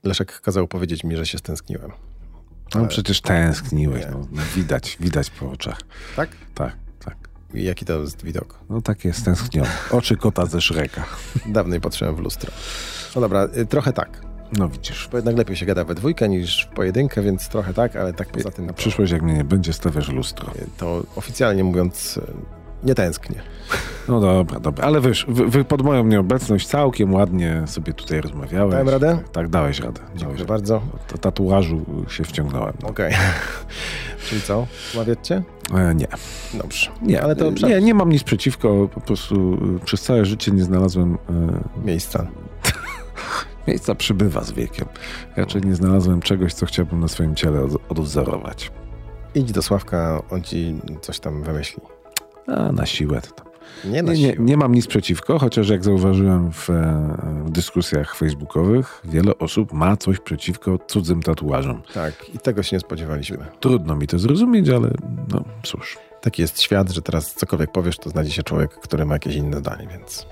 Leszek kazał powiedzieć mi, że się stęskniłem. No przecież tęskniłeś. No, widać po oczach. Tak? Tak. I jaki to jest widok? No tak jest, stęskniony. Oczy kota ze Szreka. Dawniej patrzyłem w lustro. No dobra, trochę tak. No widzisz. Bo jednak lepiej się gada we dwójkę niż w pojedynkę, więc trochę tak, ale tak poza tym... Na przyszłość, jak mnie nie będzie, stawiasz lustro. To oficjalnie mówiąc, nie tęsknię. No dobra. Ale wiesz, wy pod moją nieobecność całkiem ładnie sobie tutaj rozmawiałeś. Dałem radę? Tak, dałeś radę. Dziękuję bardzo. Do tatuażu się wciągnąłem. No. Okej. Czyli co? Mawiać cię? Nie. Dobrze. Nie, ale to nie mam nic przeciwko. Po prostu przez całe życie nie znalazłem... Miejsca. Miejsca przybywa z wiekiem. Raczej nie znalazłem czegoś, co chciałbym na swoim ciele odwzorować. Idź do Sławka, on ci coś tam wymyśli. A na siłę to tam. Nie mam nic przeciwko, chociaż jak zauważyłem w dyskusjach facebookowych, wiele osób ma coś przeciwko cudzym tatuażom. Tak, i tego się nie spodziewaliśmy. Trudno mi to zrozumieć, ale no cóż. Taki jest świat, że teraz cokolwiek powiesz, to znajdzie się człowiek, który ma jakieś inne zdanie, więc...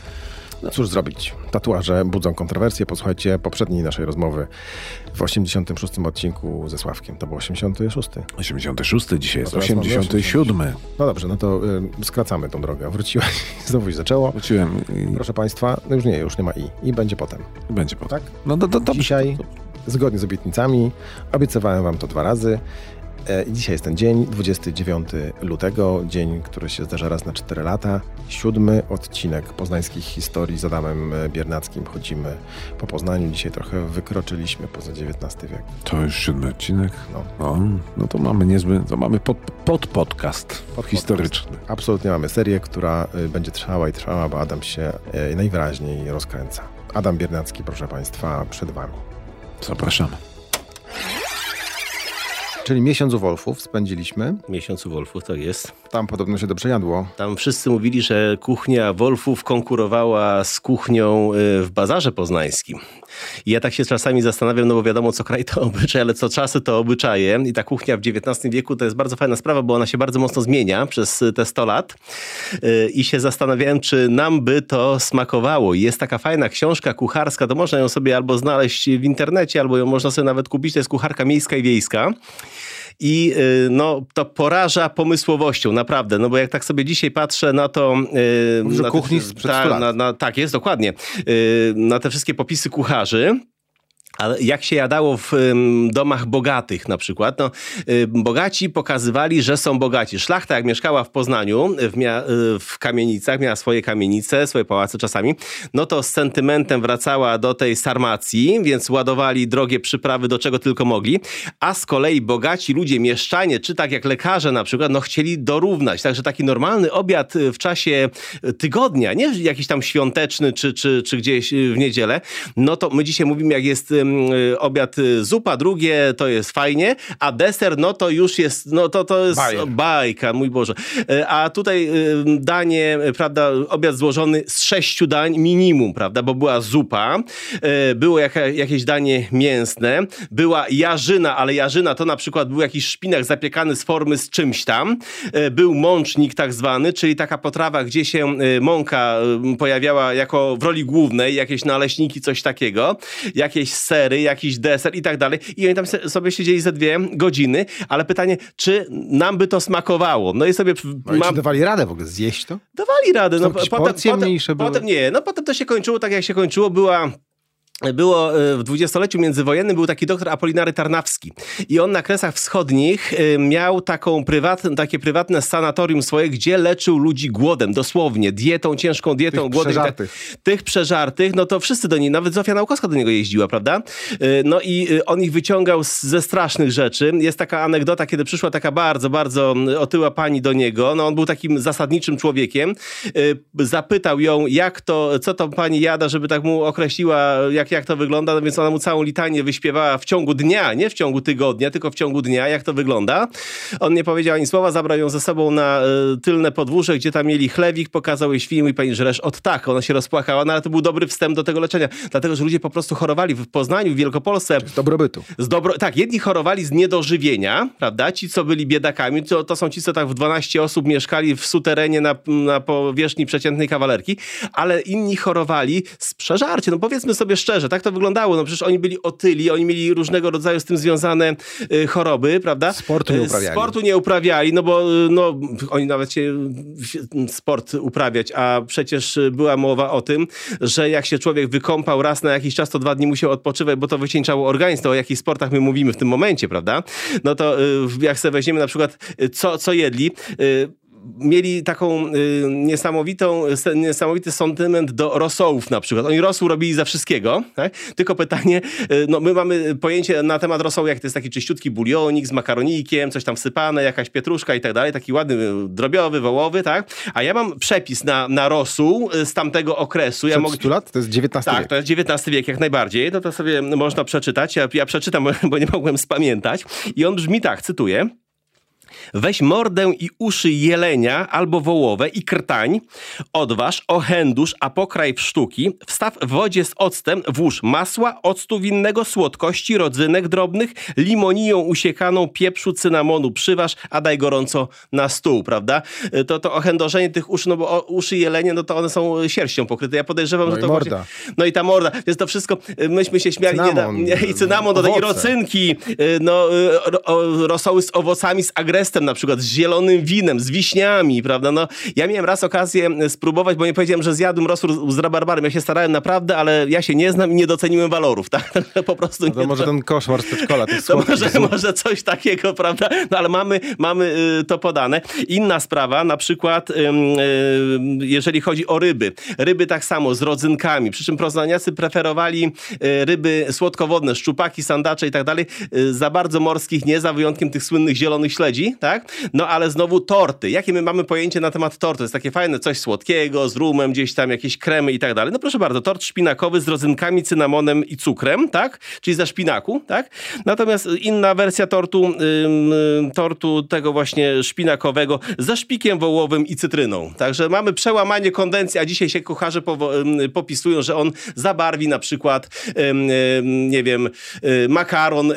No cóż zrobić? Tatuaże budzą kontrowersje. Posłuchajcie poprzedniej naszej rozmowy w 86. odcinku ze Sławkiem. To był 86. 86, dzisiaj jest 87. No dobrze, no to skracamy tą drogę. Wróciłaś, znowu się zaczęło. Wróciłem. Proszę Państwa, no już nie ma i będzie potem. Będzie potem. Tak? No to dzisiaj, zgodnie z obietnicami, obiecywałem Wam to 2 razy. Dzisiaj jest ten dzień, 29 lutego, dzień, który się zdarza raz na 4 lata. 7. odcinek poznańskich historii z Adamem Biernackim. Chodzimy po Poznaniu. Dzisiaj trochę wykroczyliśmy poza XIX wiek. To już 7. odcinek? No to mamy niezły, podcast historyczny. Absolutnie mamy serię, która będzie trwała, bo Adam się najwyraźniej rozkręca. Adam Biernacki, proszę Państwa, przed Wami. Zapraszamy. Czyli miesiąc u Wolfów spędziliśmy. Miesiąc u Wolfów, to jest. Tam podobno się dobrze jadło. Tam wszyscy mówili, że kuchnia Wolfów konkurowała z kuchnią w Bazarze Poznańskim. I ja tak się czasami zastanawiam, no bo wiadomo, co kraj to obyczaj, ale co czasy to obyczaje. I ta kuchnia w XIX wieku to jest bardzo fajna sprawa, bo ona się bardzo mocno zmienia przez te 100 lat. I się zastanawiałem, czy nam by to smakowało. I jest taka fajna książka kucharska, to można ją sobie albo znaleźć w internecie, albo ją można sobie nawet kupić. To jest Kucharka miejska i wiejska. I no, to poraża pomysłowością, naprawdę. No bo jak tak sobie dzisiaj patrzę na to... Mówisz o kuchni sprzed 100 lat. Tak jest, dokładnie. Na te wszystkie popisy kucharzy. Ale jak się jadało w domach bogatych na przykład, no, bogaci pokazywali, że są bogaci. Szlachta jak mieszkała w Poznaniu, w kamienicach, miała swoje kamienice, swoje pałace czasami, no to z sentymentem wracała do tej Sarmacji, więc ładowali drogie przyprawy do czego tylko mogli, a z kolei bogaci ludzie, mieszczanie, czy tak jak lekarze na przykład, no chcieli dorównać. Także taki normalny obiad w czasie tygodnia, nie jakiś tam świąteczny, czy gdzieś w niedzielę, no to my dzisiaj mówimy, jak jest obiad zupa, drugie to jest fajnie, a deser no to już jest, no to jest bajka, mój Boże. A tutaj danie, prawda, obiad złożony z 6 dań minimum, prawda, bo była zupa, było jakieś danie mięsne, była jarzyna, ale jarzyna to na przykład był jakiś szpinak zapiekany z formy z czymś tam, był mącznik tak zwany, czyli taka potrawa, gdzie się mąka pojawiała jako w roli głównej, jakieś naleśniki, coś takiego, jakieś sery, jakiś deser i tak dalej. I oni tam sobie siedzieli ze 2 godziny, ale pytanie, czy nam by to smakowało? No i sobie... Czy dawali radę w ogóle zjeść to? Dawali radę. No, potem to się kończyło tak, jak się kończyło. Było w dwudziestoleciu międzywojennym był taki doktor Apolinary Tarnawski i on na Kresach Wschodnich miał takie prywatne sanatorium swoje, gdzie leczył ludzi głodem, dosłownie, dietą, ciężką dietą, głodem. Tych przeżartych, no to wszyscy do niej, nawet Zofia Naukowska do niego jeździła, prawda? No i on ich wyciągał ze strasznych rzeczy. Jest taka anegdota, kiedy przyszła taka bardzo, bardzo otyła pani do niego, no on był takim zasadniczym człowiekiem, zapytał ją, co to pani jada, żeby tak mu określiła, jak to wygląda, no więc ona mu całą litanię wyśpiewała w ciągu dnia, nie w ciągu tygodnia, tylko w ciągu dnia, jak to wygląda. On nie powiedział ani słowa, zabrał ją ze sobą na tylne podwórze, gdzie tam mieli chlewik, pokazał jej film i pani żresz od tak. Ona się rozpłakała, no ale to był dobry wstęp do tego leczenia, dlatego, że ludzie po prostu chorowali w Poznaniu, w Wielkopolsce. Z dobrobytu. Tak, jedni chorowali z niedożywienia, prawda? Ci, co byli biedakami, to są ci, co tak w 12 osób mieszkali w suterenie na powierzchni przeciętnej kawalerki, ale inni chorowali z przeżarcia. No powiedzmy sobie szczerze, rowerze. Tak to wyglądało. No przecież oni byli otyli, oni mieli różnego rodzaju z tym związane choroby, prawda? Sportu nie uprawiali, no bo oni nawet sport uprawiać, a przecież była mowa o tym, że jak się człowiek wykąpał raz na jakiś czas, to 2 dni musiał odpoczywać, bo to wycieńczało organizm. To o jakich sportach my mówimy w tym momencie, prawda? No to jak sobie weźmiemy na przykład, co jedli, mieli taką niesamowity sentyment do rosołów na przykład. Oni rosół robili ze wszystkiego, tak? Tylko pytanie, my mamy pojęcie na temat rosołu, jak to jest taki czyściutki bulionik z makaronikiem, coś tam wsypane, jakaś pietruszka i tak dalej, taki ładny, drobiowy, wołowy, tak? A ja mam przepis na rosół z tamtego okresu. Przed 100 lat? To jest XIX wiek. Tak, to jest XIX wiek jak najbardziej. To sobie można przeczytać. Ja przeczytam, bo nie mogłem spamiętać. I on brzmi tak, cytuję. Weź mordę i uszy jelenia albo wołowe i krtań, odważ, ochędusz, a pokraj w sztuki, wstaw w wodzie z octem, włóż masła, octu winnego, słodkości, rodzynek drobnych, limoniją usiekaną, pieprzu, cynamonu przyważ, a daj gorąco na stół, prawda? To ochędożenie tych uszy, no bo uszy jelenie, no to one są sierścią pokryte. Ja podejrzewam, że to morda. Właśnie... No i ta morda. Więc to wszystko, myśmy się śmiali. I cynamon, i rodzynki, rosoły z owocami, z agrestem na przykład, z zielonym winem, z wiśniami, prawda? No, ja miałem raz okazję spróbować, bo nie powiedziałem, że zjadłem rosół z rabarbarem. Ja się starałem naprawdę, ale ja się nie znam i nie doceniłem walorów, tak? Po prostu no to może ten koszmar z przedszkola. To może coś takiego, prawda? No ale mamy to podane. Inna sprawa, na przykład jeżeli chodzi o ryby. Ryby tak samo, z rodzynkami. Przy czym poznaniacy preferowali ryby słodkowodne, szczupaki, sandacze i tak dalej. Za bardzo morskich nie, za wyjątkiem tych słynnych zielonych śledzi, tak? No ale znowu torty. Jakie my mamy pojęcie na temat tortu? Jest takie fajne, coś słodkiego, z rumem, gdzieś tam jakieś kremy i tak dalej. No proszę bardzo, tort szpinakowy z rodzynkami, cynamonem i cukrem, tak? Czyli ze szpinaku, tak? Natomiast inna wersja tortu tego właśnie szpinakowego ze szpikiem wołowym i cytryną. Także mamy przełamanie konwencji, a dzisiaj się kucharze popisują, że on zabarwi na przykład nie wiem, makaron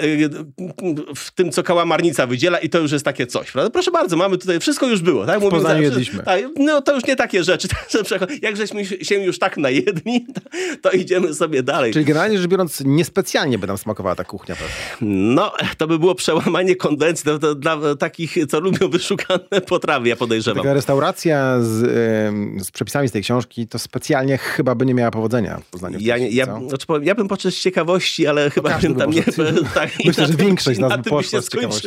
w tym, co kałamarnica wydziela i to już jest takie coś, prawda? Proszę bardzo, mamy tutaj, wszystko już było, tak? W Poznaniu jedliśmy. Tak, no to już nie takie rzeczy. Jak żeśmy się już tak najedli, to idziemy sobie dalej. Czyli generalnie rzecz biorąc, niespecjalnie by nam smakowała ta kuchnia, prawda? No, to by było przełamanie konwencji to dla takich, co lubią wyszukane potrawy, ja podejrzewam. Taka restauracja z przepisami z tej książki, to specjalnie chyba by nie miała powodzenia w Poznaniu. Ja bym poszedł z ciekawości, ale chyba bym tam nie... Tak, myślę, że większość nas by poszła z ciekawości.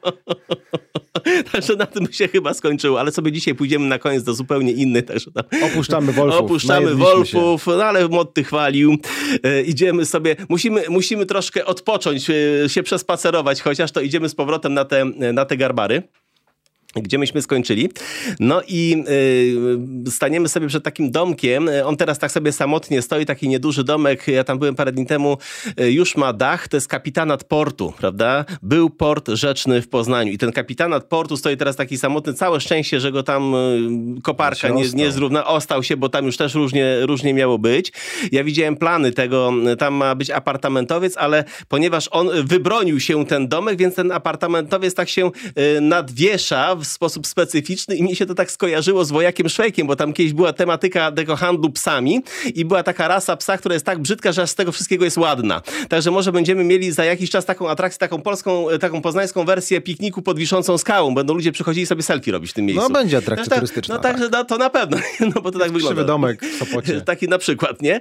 Także na tym się chyba skończyło, ale sobie dzisiaj pójdziemy na koniec do zupełnie innych. Także tam opuszczamy Wolfów. Opuszczamy Wolfów, no ale Motty chwalił. Idziemy sobie, musimy troszkę odpocząć, się przespacerować, chociaż to idziemy z powrotem na te Garbary, gdzie myśmy skończyli. No i staniemy sobie przed takim domkiem. On teraz tak sobie samotnie stoi, taki nieduży domek. Ja tam byłem parę dni temu. Już ma dach. To jest kapitanat portu, prawda? Był port rzeczny w Poznaniu. I ten kapitanat portu stoi teraz taki samotny. Całe szczęście, że go tam koparka nie zrówna. Ostał się, bo tam już też różnie miało być. Ja widziałem plany tego. Tam ma być apartamentowiec, ale ponieważ on wybronił się ten domek, więc ten apartamentowiec tak się nadwiesza w sposób specyficzny i mi się to tak skojarzyło z Wojakiem Szwejkiem, bo tam kiedyś była tematyka tego handlu psami i była taka rasa psa, która jest tak brzydka, że aż z tego wszystkiego jest ładna. Także może będziemy mieli za jakiś czas taką atrakcję, taką polską, taką poznańską wersję pikniku pod wiszącą skałą. Będą ludzie przychodzili sobie selfie robić w tym miejscu. No będzie atrakcja turystyczna. No także tak. To na pewno, no bo to tak wygląda. Krzywy domek w Sopocie. Taki na przykład, nie?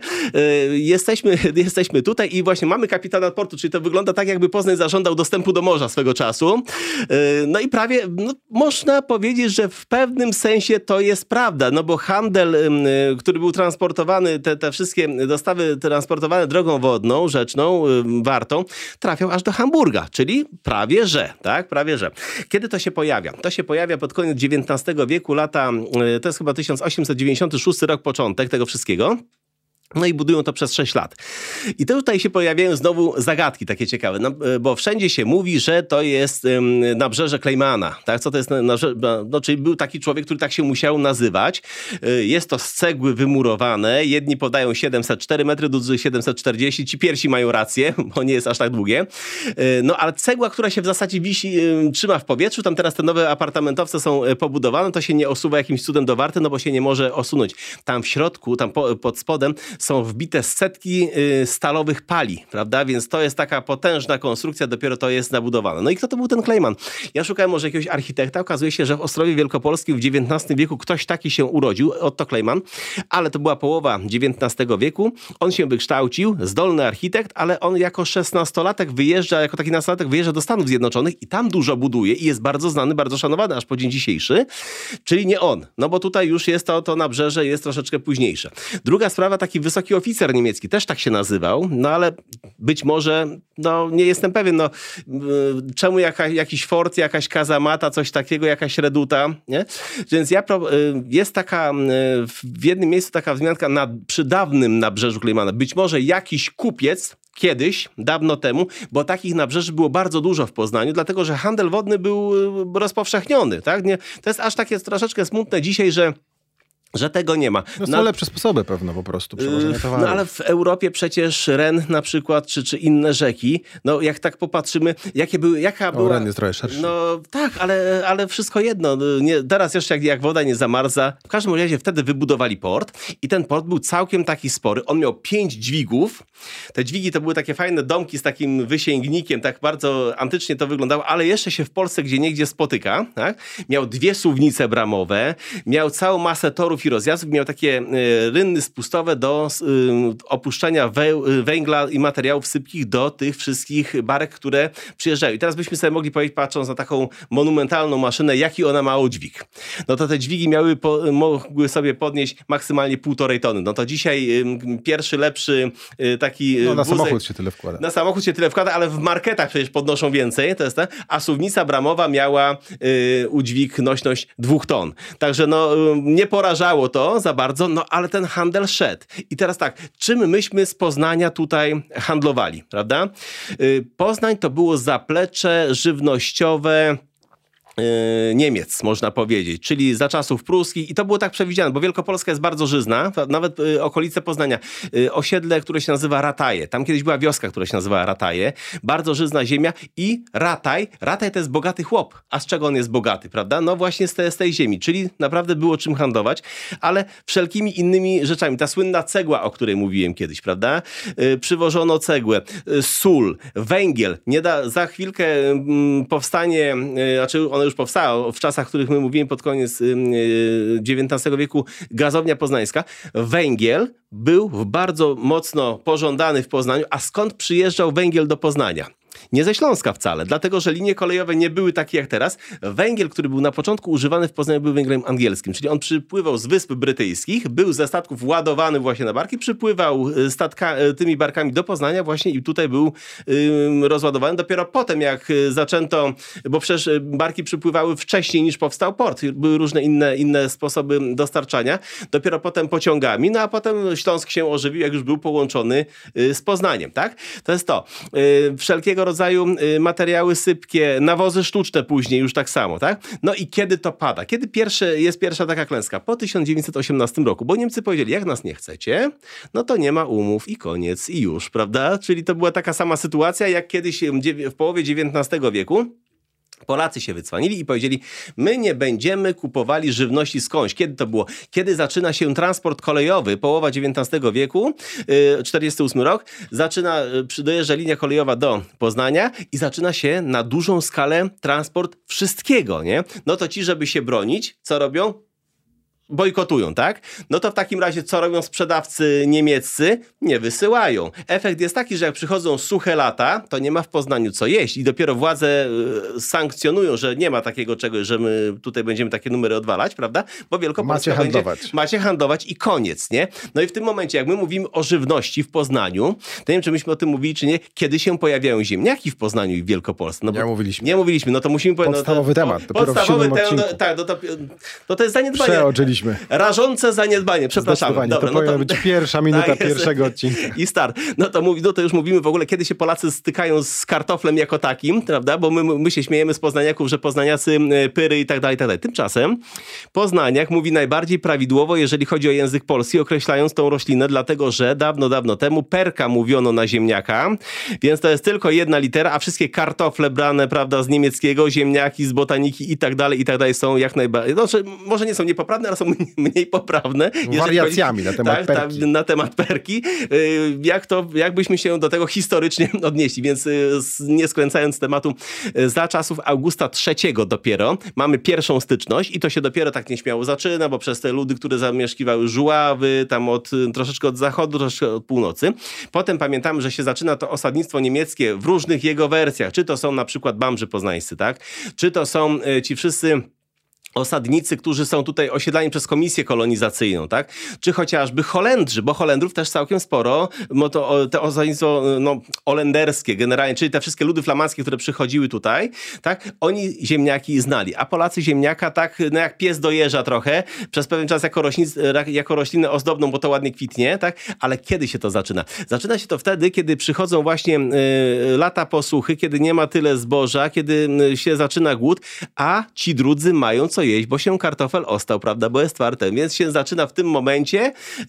Jesteśmy tutaj i właśnie mamy kapitanat portu, czyli to wygląda tak, jakby Poznań zażądał dostępu do morza swego czasu. No i prawie, można powiedzieć, że w pewnym sensie to jest prawda, no bo handel, który był transportowany, te wszystkie dostawy transportowane drogą wodną, rzeczną, wartą, trafiał aż do Hamburga, czyli prawie że, tak? Prawie że. Kiedy to się pojawia? To się pojawia pod koniec XIX wieku, lata, to jest chyba 1896 rok, początek tego wszystkiego. No i budują to przez 6 lat. I tutaj się pojawiają znowu zagadki takie ciekawe, no, bo wszędzie się mówi, że to jest nabrzeże Klejmana. Tak? Co to jest nabrzeże? No, czyli był taki człowiek, który tak się musiał nazywać. Jest to z cegły wymurowane. Jedni podają 704 metry, drudzy 740. Ci pierwsi mają rację, bo nie jest aż tak długie. No ale cegła, która się w zasadzie wisi, trzyma w powietrzu, tam teraz te nowe apartamentowce są pobudowane, to się nie osuwa jakimś cudem do warty, no bo się nie może osunąć. Tam w środku, tam pod spodem są wbite setki stalowych pali, prawda? Więc to jest taka potężna konstrukcja, dopiero to jest nabudowane. No i kto to był ten Klejman? Ja szukałem może jakiegoś architekta, okazuje się, że w Ostrowie Wielkopolskim w XIX wieku ktoś taki się urodził, Otto Klejman, ale to była połowa XIX wieku. On się wykształcił, zdolny architekt, ale on jako 16-latek wyjeżdża, jako taki nastolatek wyjeżdża do Stanów Zjednoczonych i tam dużo buduje i jest bardzo znany, bardzo szanowany aż po dzień dzisiejszy, czyli nie on, no bo tutaj już jest to nabrzeże, jest troszeczkę późniejsze. Druga sprawa, taki wysoki oficer niemiecki, też tak się nazywał, no ale być może, no nie jestem pewien, no czemu jakiś fort, jakaś kazamata, coś takiego, jakaś reduta, nie? Więc jest taka, w jednym miejscu taka wzmianka przy dawnym nabrzeżu Klejmana, być może jakiś kupiec kiedyś, dawno temu, bo takich nabrzeży było bardzo dużo w Poznaniu, dlatego że handel wodny był rozpowszechniony. Tak? Nie, to jest aż takie troszeczkę smutne dzisiaj, że tego nie ma. No są lepsze sposoby pewno po prostu przewożenia towarów. No ale w Europie przecież Ren na przykład, czy inne rzeki, no jak tak popatrzymy, jaka była... Ren jest trochę szerszy. No tak, ale wszystko jedno. Nie, teraz jeszcze jak woda nie zamarza. W każdym razie wtedy wybudowali port i ten port był całkiem taki spory. On miał 5 dźwigów. Te dźwigi to były takie fajne domki z takim wysięgnikiem, tak bardzo antycznie to wyglądało, ale jeszcze się w Polsce gdzieniegdzie spotyka. Tak? Miał 2 suwnice bramowe, miał całą masę torów i rozjazdów, miał takie rynny spustowe do opuszczania węgla i materiałów sypkich do tych wszystkich barek, które przyjeżdżają. I teraz byśmy sobie mogli powiedzieć, patrząc na taką monumentalną maszynę, jaki ona ma udźwig. No to te dźwigi mogły sobie podnieść maksymalnie 1,5 tony. No to dzisiaj pierwszy, lepszy taki no na wózek, samochód się tyle wkłada. Na samochód się tyle wkłada, ale w marketach przecież podnoszą więcej, to jest a suwnica bramowa miała udźwig, nośność 2 ton. Także no nie porażało to za bardzo, no ale ten handel szedł. I teraz tak, czym myśmy z Poznania tutaj handlowali, prawda? Poznań to było zaplecze żywnościowe Niemiec, można powiedzieć, czyli za czasów pruskich i to było tak przewidziane, bo Wielkopolska jest bardzo żyzna, nawet okolice Poznania, osiedle, które się nazywa Rataje, tam kiedyś była wioska, która się nazywała Rataje, bardzo żyzna ziemia i Rataj to jest bogaty chłop, a z czego on jest bogaty, prawda? No właśnie z tej ziemi, czyli naprawdę było czym handlować, ale wszelkimi innymi rzeczami, ta słynna cegła, o której mówiłem kiedyś, prawda? Przywożono cegłę, sól, węgiel, za chwilkę powstanie, znaczy one już powstała w czasach, w których my mówimy pod koniec XIX wieku, gazownia poznańska. Węgiel był bardzo mocno pożądany w Poznaniu, a skąd przyjeżdżał węgiel do Poznania? Nie ze Śląska wcale, dlatego że linie kolejowe nie były takie jak teraz. Węgiel, który był na początku używany w Poznaniu, był węglem angielskim, czyli on przypływał z Wysp Brytyjskich, był ze statków ładowany właśnie na barki, przypływał tymi barkami do Poznania właśnie i tutaj był rozładowany. Dopiero potem jak zaczęto, bo przecież barki przypływały wcześniej niż powstał port, były różne inne sposoby dostarczania, dopiero potem pociągami, no a potem Śląsk się ożywił, jak już był połączony z Poznaniem, tak? To jest to. Wszelkiego rodzaju materiały sypkie, nawozy sztuczne później już tak samo, tak? No i kiedy to pada? Kiedy jest pierwsza taka klęska? Po 1918 roku, bo Niemcy powiedzieli, jak nas nie chcecie, no to nie ma umów i koniec i już, prawda? Czyli to była taka sama sytuacja, jak kiedyś w połowie XIX wieku. Polacy się wycwanili i powiedzieli, my nie będziemy kupowali żywności skądś. Kiedy to było? Kiedy zaczyna się transport kolejowy, połowa XIX wieku, 48 rok, dojeżdża linia kolejowa do Poznania i zaczyna się na dużą skalę transport wszystkiego, nie? No to ci, żeby się bronić, co robią? Bojkotują, tak? No to w takim razie co robią sprzedawcy niemieccy? Nie wysyłają. Efekt jest taki, że jak przychodzą suche lata, to nie ma w Poznaniu co jeść i dopiero władze sankcjonują, że nie ma takiego czegoś, że my tutaj będziemy takie numery odwalać, prawda? Bo Wielkopolska macie handlować i koniec, nie? No i w tym momencie, jak my mówimy o żywności w Poznaniu, to nie wiem, czy myśmy o tym mówili, czy nie, kiedy się pojawiają ziemniaki w Poznaniu i w Wielkopolsce. No bo nie mówiliśmy, no to musimy powiedzieć. Podstawowy temat. Podstawowy temat, tak, to jest zaniedbanie. Rażące zaniedbanie, przepraszam. Dobra, to powinna być pierwsza minuta pierwszego odcinka. I start. No to już mówimy w ogóle, kiedy się Polacy stykają z kartoflem jako takim, prawda? Bo my się śmiejemy z poznaniaków, że poznaniacy pyry i tak dalej, i tak dalej. Tymczasem poznaniak mówi najbardziej prawidłowo, jeżeli chodzi o język polski, określając tą roślinę, dlatego że dawno temu perka mówiono na ziemniaka, więc to jest tylko jedna litera, a wszystkie kartofle brane, prawda, z niemieckiego, ziemniaki, z botaniki i tak dalej są jak najbardziej, może nie są niepoprawne, ale są są mniej poprawne. Wariacjami na temat perki. Na temat perki. Jakbyśmy się do tego historycznie odnieśli, więc nie skręcając tematu, za czasów Augusta III dopiero mamy pierwszą styczność i to się dopiero tak nieśmiało zaczyna, bo przez te ludy, które zamieszkiwały Żuławy, tam troszeczkę od zachodu, troszeczkę od północy. Potem pamiętamy, że się zaczyna to osadnictwo niemieckie w różnych jego wersjach. Czy to są na przykład Bambrzy poznańscy, tak? Czy to są ci wszyscy osadnicy, którzy są tutaj osiedlani przez komisję kolonizacyjną, tak? Czy chociażby Holendrzy, bo Holendrów też całkiem sporo, bo te osadnictwo holenderskie generalnie, czyli te wszystkie ludy flamandzkie, które przychodziły tutaj, tak? Oni ziemniaki znali, a Polacy ziemniaka tak, jak pies do jeża trochę, przez pewien czas jako roślinę ozdobną, bo to ładnie kwitnie, tak? Ale kiedy się to zaczyna? Zaczyna się to wtedy, kiedy przychodzą właśnie lata posuchy, kiedy nie ma tyle zboża, kiedy się zaczyna głód, a ci drudzy mają co jeść, bo się kartofel ostał, prawda, bo jest twarde, więc się zaczyna w tym momencie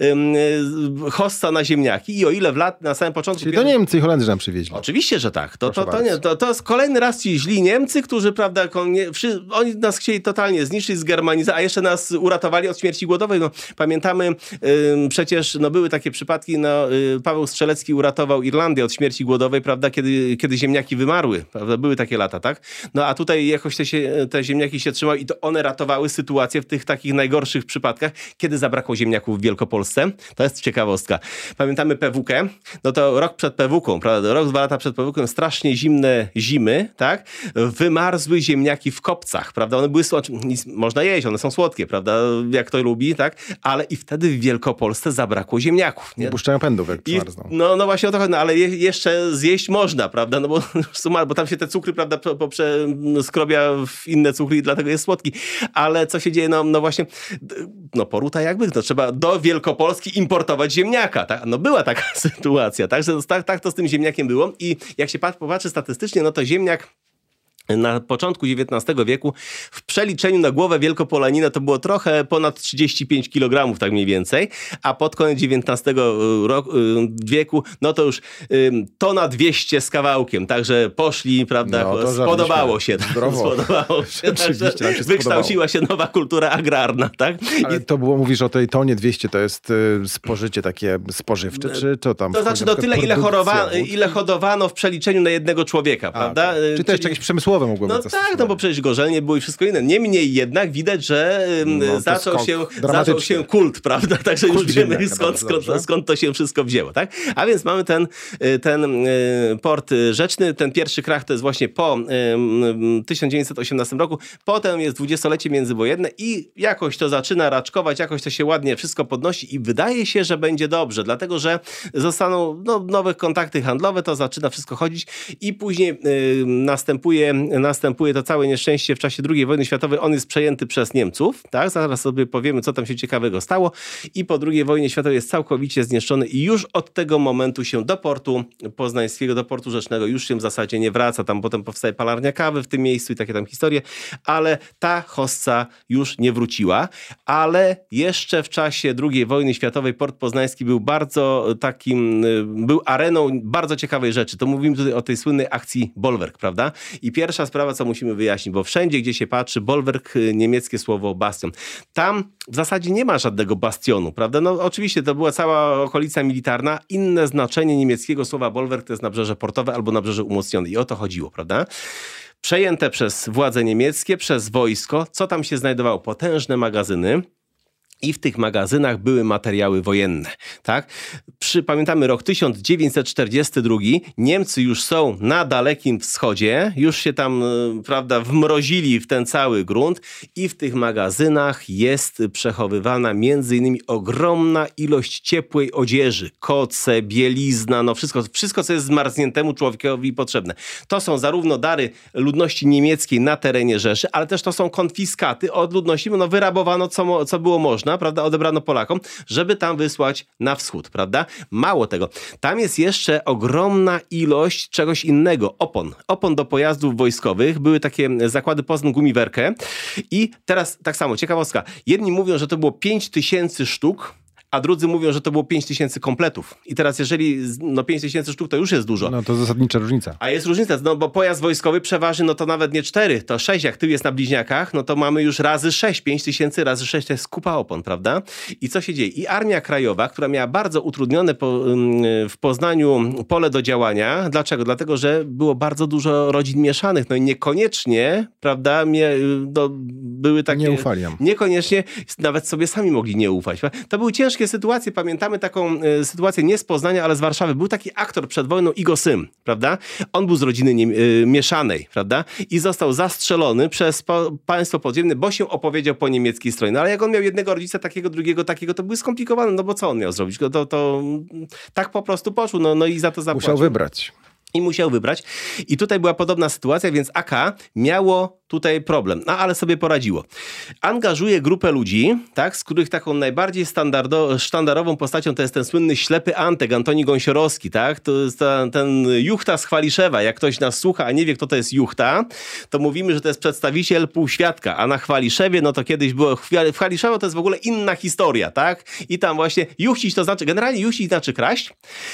hossa na ziemniaki i o ile na samym początku... Czyli to Niemcy i Holendrzy nam przywieźli. Oczywiście, że tak. To jest kolejny raz ci źli Niemcy, którzy, prawda, oni nas chcieli totalnie zniszczyć, zgermanizować, a jeszcze nas uratowali od śmierci głodowej. No, pamiętamy, przecież były takie przypadki, Paweł Strzelecki uratował Irlandię od śmierci głodowej, prawda, kiedy ziemniaki wymarły, prawda, były takie lata, tak? No a tutaj jakoś te ziemniaki się trzymały i to one ratowały sytuację w tych takich najgorszych przypadkach, kiedy zabrakło ziemniaków w Wielkopolsce. To jest ciekawostka. Pamiętamy PWK, no to rok przed PWK, prawda, rok, 2 lata przed PWK, strasznie zimne zimy, tak? Wymarzły ziemniaki w kopcach, prawda? One były można jeść, one są słodkie, prawda? Jak kto lubi, tak? Ale i wtedy w Wielkopolsce zabrakło ziemniaków. Nie puszczają pędów, jak przymarzną. No właśnie o to chodzi, ale jeszcze zjeść można, prawda? No bo tam się te cukry, prawda, skrobia w inne cukry i dlatego jest słodki. Ale co się dzieje? No właśnie, poruta jakby, trzeba do Wielkopolski importować ziemniaka, tak? No była taka sytuacja, tak? Że tak to z tym ziemniakiem było i jak się popatrzy statystycznie, no to ziemniak na początku XIX wieku w przeliczeniu na głowę Wielkopolanina to było trochę ponad 35 kg, tak mniej więcej, a pod koniec XIX wieku, no to już tona 200 z kawałkiem, także poszli, prawda, spodobało się. Także wykształciła się nowa kultura agrarna, tak? Ale to było, mówisz o tej tonie 200, to jest spożycie takie spożywcze, czy to tam? To znaczy tyle, ile hodowano w przeliczeniu na jednego człowieka, prawda? Czy to jeszcze jakieś przemysłowe mogłoby tak, bo przecież gorzelnie było i wszystko inne. Niemniej jednak widać, że zaczął się kult, prawda? Także już wiemy skąd to się wszystko wzięło, tak? A więc mamy ten port rzeczny, ten pierwszy krach to jest właśnie po 1918 roku, potem jest 20-lecie międzywojenne i jakoś to zaczyna raczkować, jakoś to się ładnie wszystko podnosi i wydaje się, że będzie dobrze, dlatego, że zostaną nowe kontakty handlowe, to zaczyna wszystko chodzić i później następuje to całe nieszczęście w czasie II wojny światowej. On jest przejęty przez Niemców, tak? Zaraz sobie powiemy, co tam się ciekawego stało. I po II wojnie światowej jest całkowicie zniszczony i już od tego momentu się do portu poznańskiego, do portu rzecznego już się w zasadzie nie wraca. Tam potem powstaje palarnia kawy w tym miejscu i takie tam historie, ale ta hossa już nie wróciła. Ale jeszcze w czasie II wojny światowej port poznański był był areną bardzo ciekawej rzeczy. To mówimy tutaj o tej słynnej akcji Bollwerk, prawda? I pierwsza sprawa, co musimy wyjaśnić, bo wszędzie, gdzie się patrzy, Bollwerk, niemieckie słowo bastion. Tam w zasadzie nie ma żadnego bastionu, prawda? No oczywiście to była cała okolica militarna. Inne znaczenie niemieckiego słowa Bollwerk to jest nabrzeże portowe albo nabrzeże umocnione. I o to chodziło, prawda? Przejęte przez władze niemieckie, przez wojsko. Co tam się znajdowało? Potężne magazyny. I w tych magazynach były materiały wojenne, tak? Pamiętamy rok 1942, Niemcy już są na Dalekim Wschodzie, już się tam, prawda, wmrozili w ten cały grunt i w tych magazynach jest przechowywana między innymi ogromna ilość ciepłej odzieży, koce, bielizna, wszystko, co jest zmarzniętemu człowiekowi potrzebne. To są zarówno dary ludności niemieckiej na terenie Rzeszy, ale też to są konfiskaty od ludności, bo wyrabowano co było można, prawda, odebrano Polakom, żeby tam wysłać na wschód, prawda? Mało tego, tam jest jeszcze ogromna ilość czegoś innego, opon do pojazdów wojskowych, były takie zakłady Poznań Gumiwerke i teraz tak samo, ciekawostka, jedni mówią, że to było 5000 sztuk, a drudzy mówią, że to było 5000 kompletów. I teraz jeżeli 5000 sztuk to już jest dużo. No to zasadnicza różnica. A jest różnica, no bo pojazd wojskowy przeważy, no to nawet nie 4, to 6. Jak tył jest na bliźniakach, no to mamy już razy 6. 5000 razy 6 to jest kupa opon, prawda? I co się dzieje? I Armia Krajowa, która miała bardzo utrudnione w Poznaniu pole do działania. Dlaczego? Dlatego, że było bardzo dużo rodzin mieszanych. No i niekoniecznie, prawda, były takie... Nie ufali nam. Niekoniecznie, nawet sobie sami mogli nie ufać. To były ciężkie sytuacje. Pamiętamy taką sytuację nie z Poznania, ale z Warszawy. Był taki aktor przed wojną, Igo Sym, prawda? On był z rodziny mieszanej, prawda? I został zastrzelony przez państwo podziemne, bo się opowiedział po niemieckiej stronie. No ale jak on miał jednego rodzica, takiego, drugiego, takiego, to były skomplikowane, no bo co on miał zrobić? To tak po prostu poszło, no i za to zapłacił. Musiał wybrać. I musiał wybrać. I tutaj była podobna sytuacja, więc AK miało tutaj problem, no ale sobie poradziło. Angażuje grupę ludzi, tak, z których taką najbardziej sztandarową postacią to jest ten słynny ślepy Antek, Antoni Gąsiorowski, tak? To jest ten Juchta z Chwaliszewa. Jak ktoś nas słucha, a nie wie, kto to jest Juchta, to mówimy, że to jest przedstawiciel półświadka, a na Chwaliszewie, no to kiedyś było, w Chwaliszewo to jest w ogóle inna historia, tak? I tam właśnie juchcić to znaczy, generalnie juchcić znaczy kraść,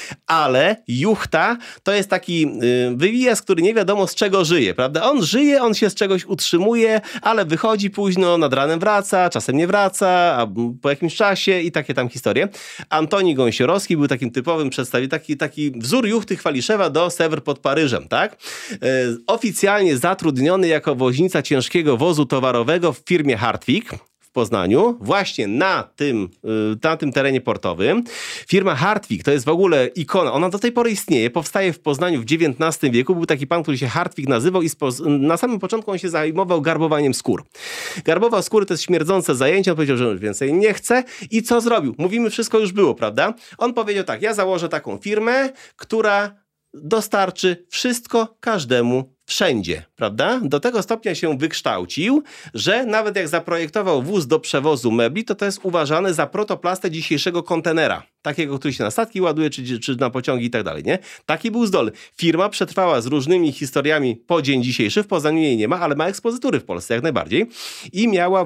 ale Juchta to jest taki wywijas, który nie wiadomo z czego żyje, prawda? On żyje, on się z czegoś utrzymuje, ale wychodzi późno, nad ranem wraca, czasem nie wraca, a po jakimś czasie i takie tam historie. Antoni Gąsiorowski był takim typowym przedstawicielem, taki wzór Juchty Chwaliszewa do Sewr pod Paryżem, tak? Oficjalnie zatrudniony jako woźnica ciężkiego wozu towarowego w firmie Hartwig w Poznaniu, właśnie na tym terenie portowym. Firma Hartwig to jest w ogóle ikona, ona do tej pory istnieje, powstaje w Poznaniu w XIX wieku. Był taki pan, który się Hartwig nazywał i na samym początku on się zajmował garbowaniem skór. Garbował skóry, to jest śmierdzące zajęcie, on powiedział, że już więcej nie chce i co zrobił? Mówimy, wszystko już było, prawda? On powiedział tak, ja założę taką firmę, która dostarczy wszystko każdemu wszędzie, prawda? Do tego stopnia się wykształcił, że nawet jak zaprojektował wóz do przewozu mebli, to jest uważane za protoplastę dzisiejszego kontenera. Takiego, który się na statki ładuje, czy na pociągi i tak dalej, nie? Taki był zdolny. Firma przetrwała z różnymi historiami po dzień dzisiejszy. W Poznaniu jej nie ma, ale ma ekspozytury w Polsce jak najbardziej. I miała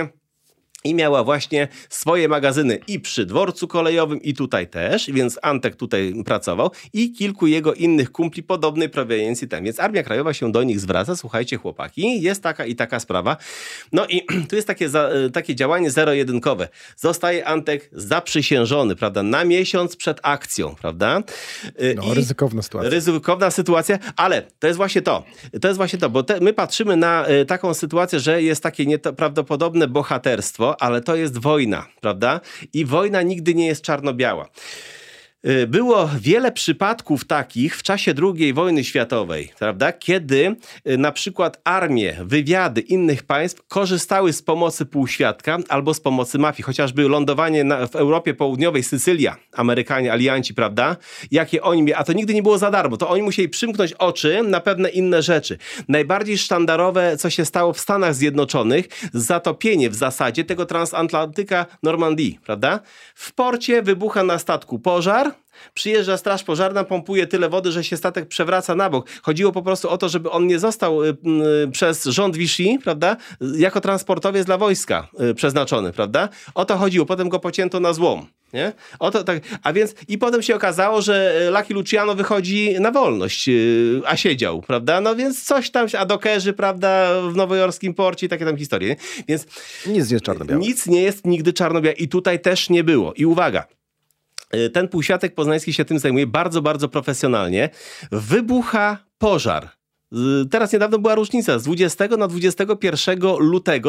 właśnie swoje magazyny i przy dworcu kolejowym, i tutaj też, więc Antek tutaj pracował i kilku jego innych kumpli podobnej proweniencji tam. Więc Armia Krajowa się do nich zwraca, słuchajcie chłopaki, jest taka i taka sprawa. No i tu jest takie działanie zero-jedynkowe. Zostaje Antek zaprzysiężony, prawda, na miesiąc przed akcją, prawda? No, ryzykowna sytuacja. Ryzykowna sytuacja, ale to jest właśnie to, bo my patrzymy na taką sytuację, że jest takie nieprawdopodobne bohaterstwo, ale to jest wojna, prawda? I wojna nigdy nie jest czarno-biała. Było wiele przypadków takich w czasie II wojny światowej, prawda? Kiedy na przykład armie, wywiady innych państw korzystały z pomocy półświadka albo z pomocy mafii. Chociażby lądowanie w Europie Południowej, Sycylia, Amerykanie, alianci, prawda? Jakie oni mieli, a to nigdy nie było za darmo. To oni musieli przymknąć oczy na pewne inne rzeczy. Najbardziej sztandarowe, co się stało w Stanach Zjednoczonych, zatopienie w zasadzie tego transatlantyka Normandii, prawda? W porcie wybucha na statku pożar, przyjeżdża straż pożarna, pompuje tyle wody, że się statek przewraca na bok. Chodziło po prostu o to, żeby on nie został przez rząd Vichy, prawda, jako transportowiec dla wojska przeznaczony, prawda? O to chodziło. Potem go pocięto na złom. Nie? Tak. A więc i potem się okazało, że Lucky Luciano wychodzi na wolność, a siedział, prawda? No więc coś tam, a dokerzy, prawda, w nowojorskim porcie i takie tam historie. Nie? Więc nic nie jest czarno-białe. Nic nie jest nigdy czarno-białe i tutaj też nie było. I uwaga, ten półświatek poznański się tym zajmuje bardzo, bardzo profesjonalnie. Wybucha pożar. Teraz niedawno była rocznica z 20 na 21 lutego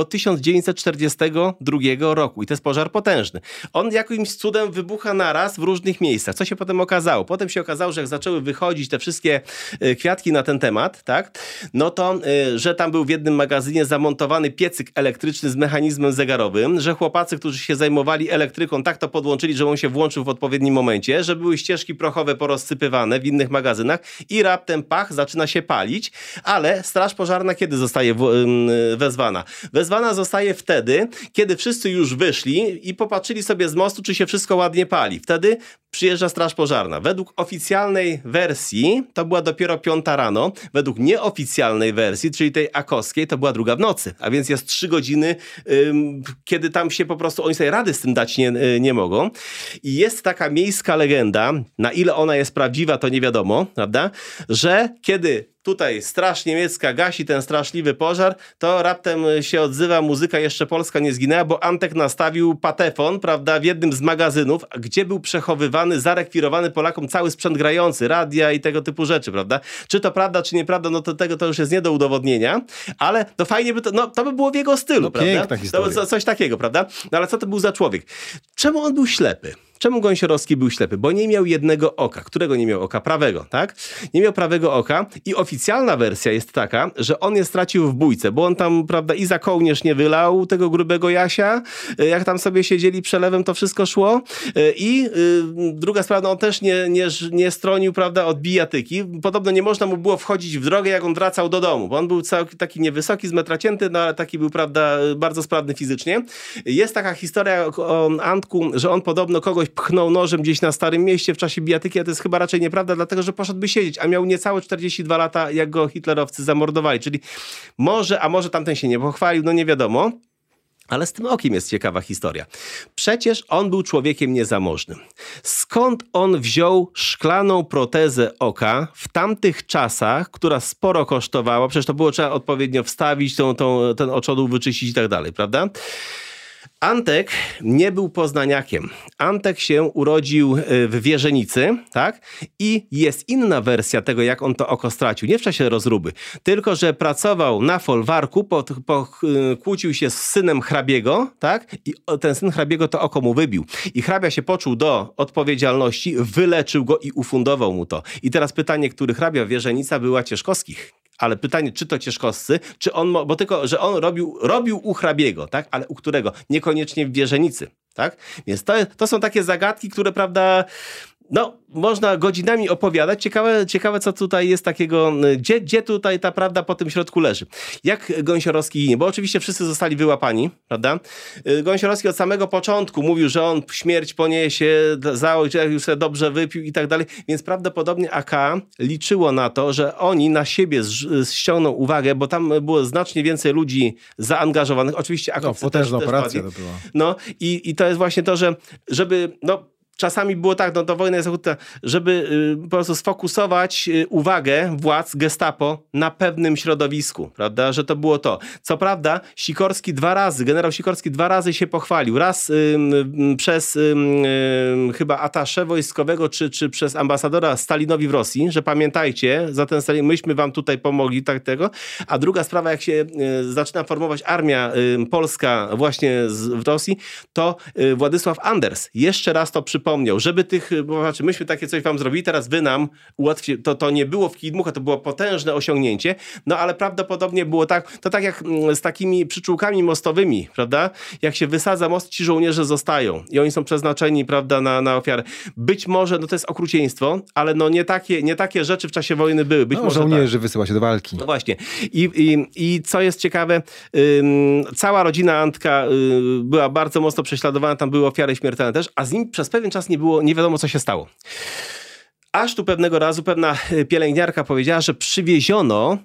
1942 roku i to jest pożar potężny. On jakimś cudem wybucha naraz w różnych miejscach. Co się potem okazało? Potem się okazało, że jak zaczęły wychodzić te wszystkie kwiatki na ten temat, tak, no to, że tam był w jednym magazynie zamontowany piecyk elektryczny z mechanizmem zegarowym, że chłopacy, którzy się zajmowali elektryką, tak to podłączyli, że on się włączył w odpowiednim momencie, że były ścieżki prochowe porozsypywane w innych magazynach i raptem pach, zaczyna się palić Ale straż pożarna kiedy zostaje wezwana? Wezwana zostaje wtedy, kiedy wszyscy już wyszli i popatrzyli sobie z mostu, czy się wszystko ładnie pali. Wtedy przyjeżdża straż pożarna. Według oficjalnej wersji to była dopiero 5 rano. Według nieoficjalnej wersji, czyli tej akowskiej, to była 2 w nocy. A więc jest 3 godziny, kiedy tam się po prostu oni sobie rady z tym dać nie mogą. I jest taka miejska legenda, na ile ona jest prawdziwa, to nie wiadomo, prawda? Że kiedy tutaj straż niemiecka gasi ten straszliwy pożar, to raptem się odzywa muzyka Jeszcze Polska nie zginęła, bo Antek nastawił patefon, prawda, w jednym z magazynów, gdzie był przechowywany, zarekwirowany Polakom cały sprzęt grający, radia i tego typu rzeczy, prawda? Czy to prawda, czy nieprawda, no to tego to już jest nie do udowodnienia, ale to fajnie by to by było w jego stylu, prawda? To coś takiego, prawda? No ale co to był za człowiek? Czemu on był ślepy? Czemu Gąsiorowski był ślepy? Bo nie miał jednego oka. Którego nie miał oka? Prawego, tak? Nie miał prawego oka i oficjalna wersja jest taka, że on je stracił w bójce, bo on tam, prawda, i za kołnierz nie wylał tego grubego Jasia, jak tam sobie siedzieli przelewem, to wszystko szło. I druga sprawa, no on też nie stronił, prawda, od bijatyki. Podobno nie można mu było wchodzić w drogę, jak on wracał do domu, bo on był taki niewysoki, z metra cięty, no ale taki był, prawda, bardzo sprawny fizycznie. Jest taka historia o Antku, że on podobno kogoś pchnął nożem gdzieś na Starym Mieście w czasie bijatyki, a to jest chyba raczej nieprawda, dlatego że poszedłby siedzieć, a miał niecałe 42 lata, jak go hitlerowcy zamordowali. Czyli może tamten się nie pochwalił, no nie wiadomo. Ale z tym okiem jest ciekawa historia. Przecież on był człowiekiem niezamożnym. Skąd on wziął szklaną protezę oka w tamtych czasach, która sporo kosztowała? Przecież to było trzeba odpowiednio wstawić, ten oczodół wyczyścić i tak dalej, prawda? Antek nie był poznaniakiem. Antek się urodził w Wierzenicy, tak? I jest inna wersja tego, jak on to oko stracił. Nie w czasie rozruby, tylko że pracował na folwarku, kłócił się z synem hrabiego, tak? I ten syn hrabiego to oko mu wybił. I hrabia się poczuł do odpowiedzialności, wyleczył go i ufundował mu to. I teraz pytanie, który hrabia Wierzenica była Cieszkowskich. Ale pytanie, czy to Cieszkowscy, czy on, bo tylko, że on robił u hrabiego, tak? Ale u którego? Niekoniecznie w Wierzenicy, tak? Więc to są takie zagadki, które, prawda, no, można godzinami opowiadać. Ciekawe, co tutaj jest takiego, gdzie tutaj ta prawda po tym środku leży. Jak Gąsiorowski ginie? Bo oczywiście wszyscy zostali wyłapani, prawda? Gąsiorowski od samego początku mówił, że on śmierć poniesie, już sobie dobrze wypił i tak dalej, więc prawdopodobnie AK liczyło na to, że oni na siebie ściągną uwagę, bo tam było znacznie więcej ludzi zaangażowanych. Oczywiście AK potężna operacja to była. No i to jest właśnie to, żeby czasami było tak, to wojna jest okrutna, żeby po prostu sfokusować uwagę władz Gestapo na pewnym środowisku, prawda, że to było to. Co prawda generał Sikorski 2 razy się pochwalił. Raz przez chyba atasze wojskowego, czy przez ambasadora Stalinowi w Rosji, że pamiętajcie, za ten Stalin, myśmy wam tutaj pomogli, tak tego. A druga sprawa, jak się zaczyna formować armia polska właśnie w Rosji, to Władysław Anders jeszcze raz to przypomniał, żeby myśmy takie coś wam zrobili, teraz wy nam ułatwicie. To nie było w Kidmucha, to było potężne osiągnięcie, no ale prawdopodobnie było tak, to tak jak z takimi przyczółkami mostowymi, prawda? Jak się wysadza most, ci żołnierze zostają i oni są przeznaczeni, prawda, na ofiarę. Być może, to jest okrucieństwo, ale nie takie rzeczy w czasie wojny były. Być może żołnierzy wysyła się do walki. No właśnie. I co jest ciekawe, cała rodzina Antka była bardzo mocno prześladowana, tam były ofiary śmiertelne też, a z nim przez pewien czas nie wiadomo, co się stało. Aż tu pewnego razu pewna pielęgniarka powiedziała, że przywieziono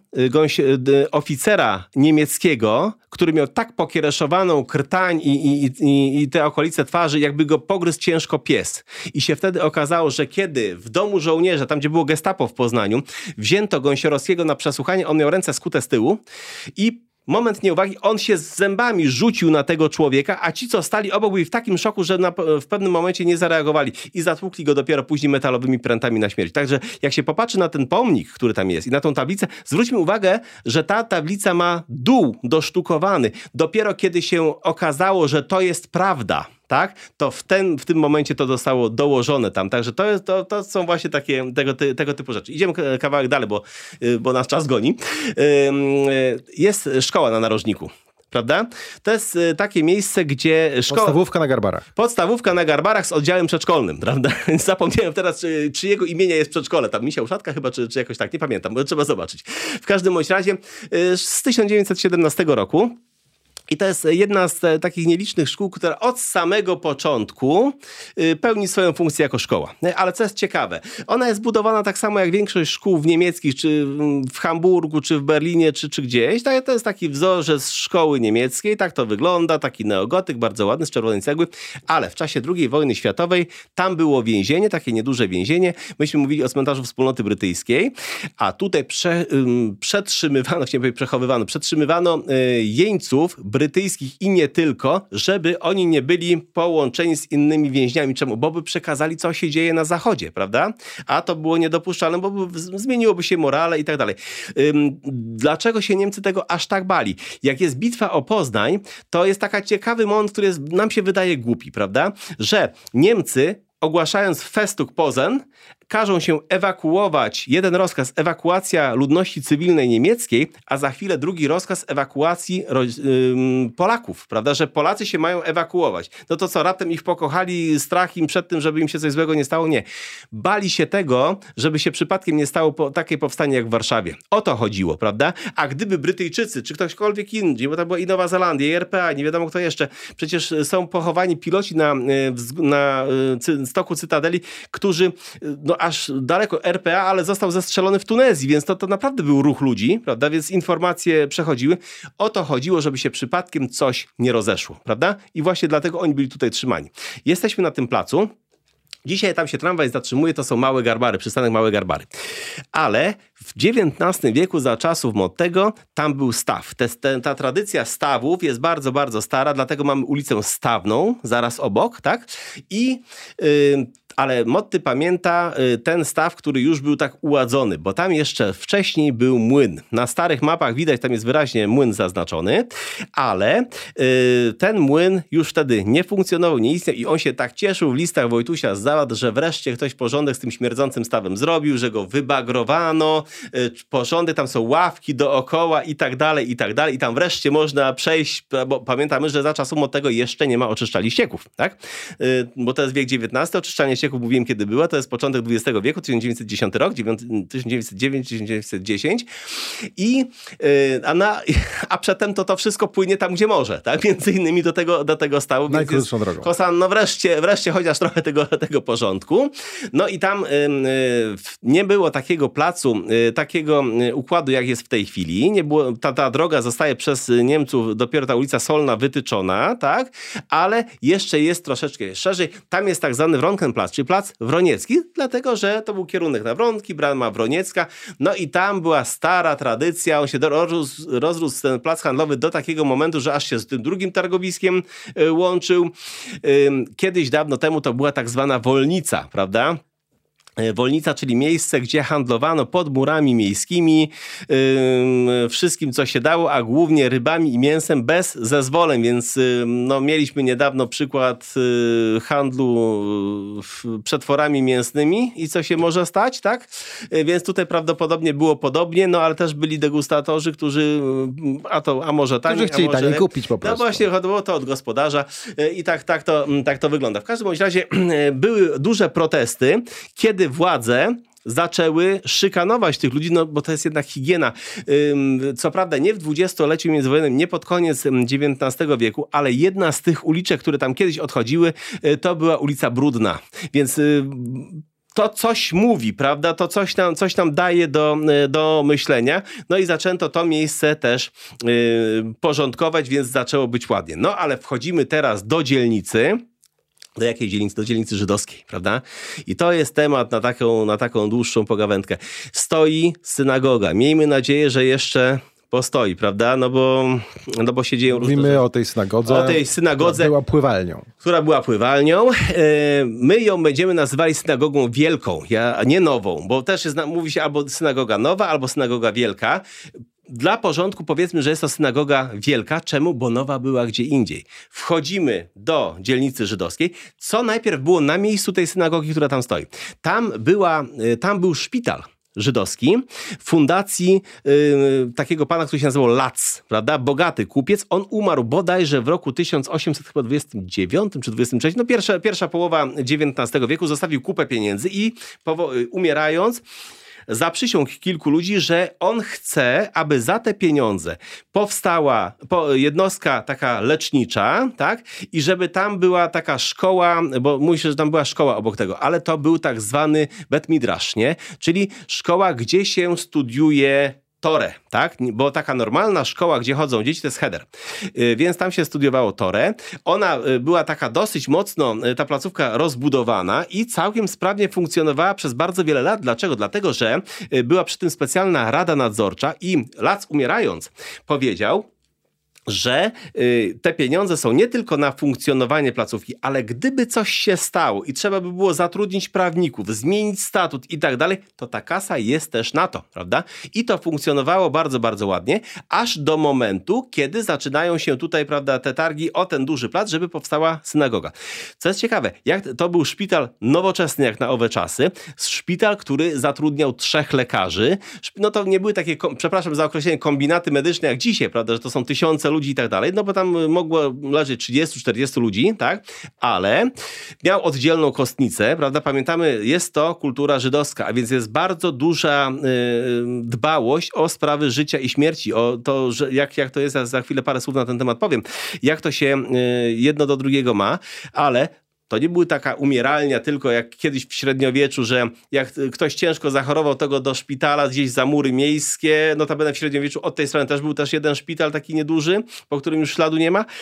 oficera niemieckiego, który miał tak pokiereszowaną krtań i te okolice twarzy, jakby go pogryzł ciężko pies. I się wtedy okazało, że kiedy w domu żołnierza, tam gdzie było Gestapo w Poznaniu, wzięto Gąsiorowskiego na przesłuchanie, on miał ręce skute z tyłu i moment nieuwagi, on się z zębami rzucił na tego człowieka, a ci, co stali obok, byli w takim szoku, że w pewnym momencie nie zareagowali i zatłukli go dopiero później metalowymi prętami na śmierć. Także jak się popatrzy na ten pomnik, który tam jest i na tą tablicę, zwróćmy uwagę, że ta tablica ma dół dosztukowany. Dopiero kiedy się okazało, że to jest prawda, tak, to w tym momencie to zostało dołożone tam. Także to są właśnie tego typu rzeczy. Idziemy kawałek dalej, bo nas czas goni. Jest szkoła na narożniku. prawda? To jest takie miejsce, gdzie Podstawówka na Garbarach. Podstawówka na Garbarach z oddziałem przedszkolnym, prawda? Zapomniałem teraz, czy jego imienia jest przedszkole. Tam Misia Uszatka chyba, czy jakoś tak, nie pamiętam, bo trzeba zobaczyć. W każdym bądź razie z 1917 roku. I to jest jedna z takich nielicznych szkół, która od samego początku pełni swoją funkcję jako szkoła. Ale co jest ciekawe, ona jest budowana tak samo jak większość szkół w niemieckich, czy w Hamburgu, czy w Berlinie, czy gdzieś. To jest taki wzorzec szkoły niemieckiej, tak to wygląda, taki neogotyk, bardzo ładny, z czerwonej cegły, ale w czasie II wojny światowej tam było więzienie, takie nieduże więzienie. Myśmy mówili o cmentarzu Wspólnoty Brytyjskiej, a tutaj przetrzymywano jeńców brytyjskich i nie tylko, żeby oni nie byli połączeni z innymi więźniami. Czemu? Bo by przekazali, co się dzieje na Zachodzie, prawda? A to było niedopuszczalne, bo zmieniłoby się morale i tak dalej. Dlaczego się Niemcy tego aż tak bali? Jak jest bitwa o Poznań, to jest taki ciekawy moment, który nam się wydaje głupi, prawda? Że Niemcy, ogłaszając Festung Posen, każą się ewakuować, jeden rozkaz, ewakuacja ludności cywilnej niemieckiej, a za chwilę drugi rozkaz ewakuacji Polaków, prawda, że Polacy się mają ewakuować. No to co, raptem ich pokochali, strach im przed tym, żeby im się coś złego nie stało? Nie. Bali się tego, żeby się przypadkiem nie stało takie powstanie jak w Warszawie. O to chodziło, prawda? A gdyby Brytyjczycy, czy ktośkolwiek inny, bo to była i Nowa Zelandia, i RPA, nie wiadomo kto jeszcze, przecież są pochowani piloci na stoku Cytadeli, którzy aż daleko RPA, ale został zestrzelony w Tunezji, więc to naprawdę był ruch ludzi, prawda? Więc informacje przechodziły. O to chodziło, żeby się przypadkiem coś nie rozeszło, prawda? I właśnie dlatego oni byli tutaj trzymani. Jesteśmy na tym placu. Dzisiaj tam się tramwaj zatrzymuje, to są Małe Garbary, przystanek Małe Garbary. Ale w XIX wieku za czasów Mottego tam był staw. Ta tradycja stawów jest bardzo, bardzo stara, dlatego mamy ulicę Stawną zaraz obok, tak? Ale Motty pamięta ten staw, który już był tak uładzony, bo tam jeszcze wcześniej był młyn. Na starych mapach widać, tam jest wyraźnie młyn zaznaczony, ale ten młyn już wtedy nie funkcjonował, nie istniał i on się tak cieszył w listach Wojtusia z Załad, że wreszcie ktoś porządek z tym śmierdzącym stawem zrobił, że go wybagrowano, porządek, tam są ławki dookoła i tak dalej, i tam wreszcie można przejść, bo pamiętamy, że za czasów Mottego jeszcze nie ma oczyszczalni ścieków, tak? Bo to jest wiek XIX, oczyszczalnia ścieków mówiłem kiedy była, to jest początek XX wieku, 1910 rok, 1909-1910 a przedtem to wszystko płynie tam, gdzie może, tak? Między innymi do tego stawu. Najkrótszą drogą. No wreszcie chociaż trochę tego porządku. No i tam nie było takiego placu, takiego układu, jak jest w tej chwili. Nie było, ta droga zostaje przez Niemców, dopiero ta ulica Solna wytyczona, tak? Ale jeszcze jest troszeczkę szerzej. Tam jest tak zwany Wronkenplatz, czyli plac Wroniecki, dlatego, że to był kierunek na Wronki, brama Wroniecka. No i tam była stara tradycja, on się rozrósł ten plac handlowy do takiego momentu, że aż się z tym drugim targowiskiem łączył. Kiedyś dawno temu to była tak zwana wolnica, prawda? Wolnica, czyli miejsce, gdzie handlowano pod murami miejskimi wszystkim, co się dało, a głównie rybami i mięsem bez zezwoleń, więc mieliśmy niedawno przykład handlu przetworami mięsnymi i co się może stać, tak? Więc tutaj prawdopodobnie było podobnie, ale też byli degustatorzy, którzy a może taniej, którzy chcieli taniej kupić po prostu. No właśnie, chodziło to od gospodarza i tak to wygląda. W każdym bądź razie były duże protesty, kiedy władze zaczęły szykanować tych ludzi, bo to jest jednak higiena. Co prawda nie w dwudziestoleciu międzywojennym, nie pod koniec XIX wieku, ale jedna z tych uliczek, które tam kiedyś odchodziły, to była ulica Brudna. Więc to coś mówi, prawda? To coś tam daje do myślenia. No i zaczęto to miejsce też porządkować, więc zaczęło być ładnie. No ale wchodzimy teraz do dzielnicy. Do jakiej dzielnicy? Do dzielnicy żydowskiej, prawda? I to jest temat na taką dłuższą pogawędkę. Stoi synagoga. Miejmy nadzieję, że jeszcze postoi, prawda? No bo się dzieją różne rzeczy. Mówimy o tej synagodze, która była pływalnią. My ją będziemy nazywali synagogą wielką, a nie nową, bo też mówi się albo synagoga nowa, albo synagoga wielka. Dla porządku powiedzmy, że jest to synagoga wielka. Czemu? Bo nowa była gdzie indziej. Wchodzimy do dzielnicy żydowskiej. Co najpierw było na miejscu tej synagogi, która tam stoi? Tam był szpital. żydowski w fundacji takiego pana, który się nazywał Lac, prawda? Bogaty kupiec. On umarł bodajże w roku 1829 czy 23, no pierwsza połowa XIX wieku, zostawił kupę pieniędzy i umierając zaprzysiągł kilku ludzi, że on chce, aby za te pieniądze powstała jednostka taka lecznicza, tak? I żeby tam była taka szkoła, bo mówi się, że tam była szkoła obok tego, ale to był tak zwany Bet Midrash, nie? Czyli szkoła, gdzie się studiuje Torę, tak? Bo taka normalna szkoła, gdzie chodzą dzieci, to jest cheder. Więc tam się studiowało Torę. Ona była taka dosyć mocno, ta placówka rozbudowana i całkiem sprawnie funkcjonowała przez bardzo wiele lat. Dlaczego? Dlatego, że była przy tym specjalna rada nadzorcza i Lac umierając powiedział, że te pieniądze są nie tylko na funkcjonowanie placówki, ale gdyby coś się stało i trzeba by było zatrudnić prawników, zmienić statut i tak dalej, to ta kasa jest też na to, prawda? I to funkcjonowało bardzo, bardzo ładnie, aż do momentu, kiedy zaczynają się tutaj, prawda, te targi o ten duży plac, żeby powstała synagoga. Co jest ciekawe, to był szpital nowoczesny jak na owe czasy, szpital, który zatrudniał 3 lekarzy. No to nie były takie, przepraszam za określenie, kombinaty medyczne jak dzisiaj, prawda, że to są tysiące ludzi i tak dalej, no bo tam mogło leżeć 30-40 ludzi, tak, ale miał oddzielną kostnicę, prawda, pamiętamy, jest to kultura żydowska, a więc jest bardzo duża dbałość o sprawy życia i śmierci, o to, że jak to jest, za chwilę parę słów na ten temat powiem, jak to się jedno do drugiego ma, ale to nie była taka umieralnia tylko jak kiedyś w średniowieczu, że jak ktoś ciężko zachorował, to go do szpitala gdzieś za mury miejskie. Notabene w średniowieczu od tej strony też był jeden szpital taki nieduży, po którym już śladu nie ma.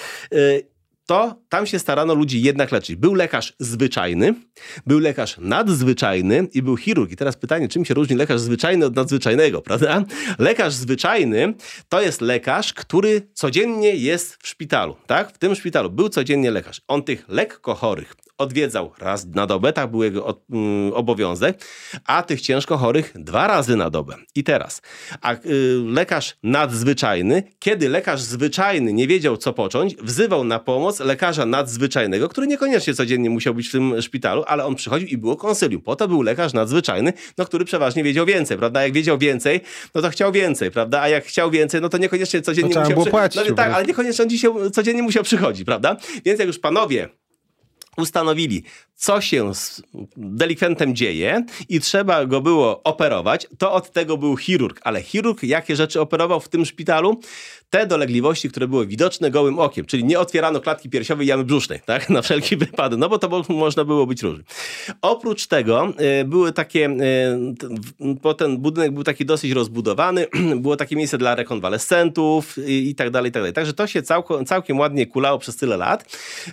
To tam się starano ludzi jednak leczyć. Był lekarz zwyczajny, był lekarz nadzwyczajny i był chirurg. I teraz pytanie, czym się różni lekarz zwyczajny od nadzwyczajnego, prawda? Lekarz zwyczajny to jest lekarz, który codziennie jest w szpitalu, tak? W tym szpitalu był codziennie lekarz. On tych lekko chorych odwiedzał raz na dobę, tak był jego obowiązek, a tych ciężko chorych 2 razy na dobę. I teraz, lekarz nadzwyczajny, kiedy lekarz zwyczajny nie wiedział, co począć, wzywał na pomoc lekarza nadzwyczajnego, który niekoniecznie codziennie musiał być w tym szpitalu, ale on przychodził i było konsylium. Po to był lekarz nadzwyczajny, no, który przeważnie wiedział więcej, prawda? Jak wiedział więcej, no to chciał więcej, prawda? A jak chciał więcej, no to niekoniecznie codziennie to musiał płacić, no, tak, ale niekoniecznie on dzisiaj codziennie musiał przychodzić, prawda? Więc jak już panowie ustanowili, co się z delikwentem dzieje i trzeba go było operować, to od tego był chirurg. Ale chirurg jakie rzeczy operował w tym szpitalu? Te dolegliwości, które były widoczne gołym okiem, czyli nie otwierano klatki piersiowej i jamy brzusznej, tak? Na wszelki wypadek, no bo to można było być różnie. Oprócz tego były takie, bo ten budynek był taki dosyć rozbudowany, było takie miejsce dla rekonwalescentów i tak dalej, i tak dalej. Także to się całkiem ładnie kulało przez tyle lat.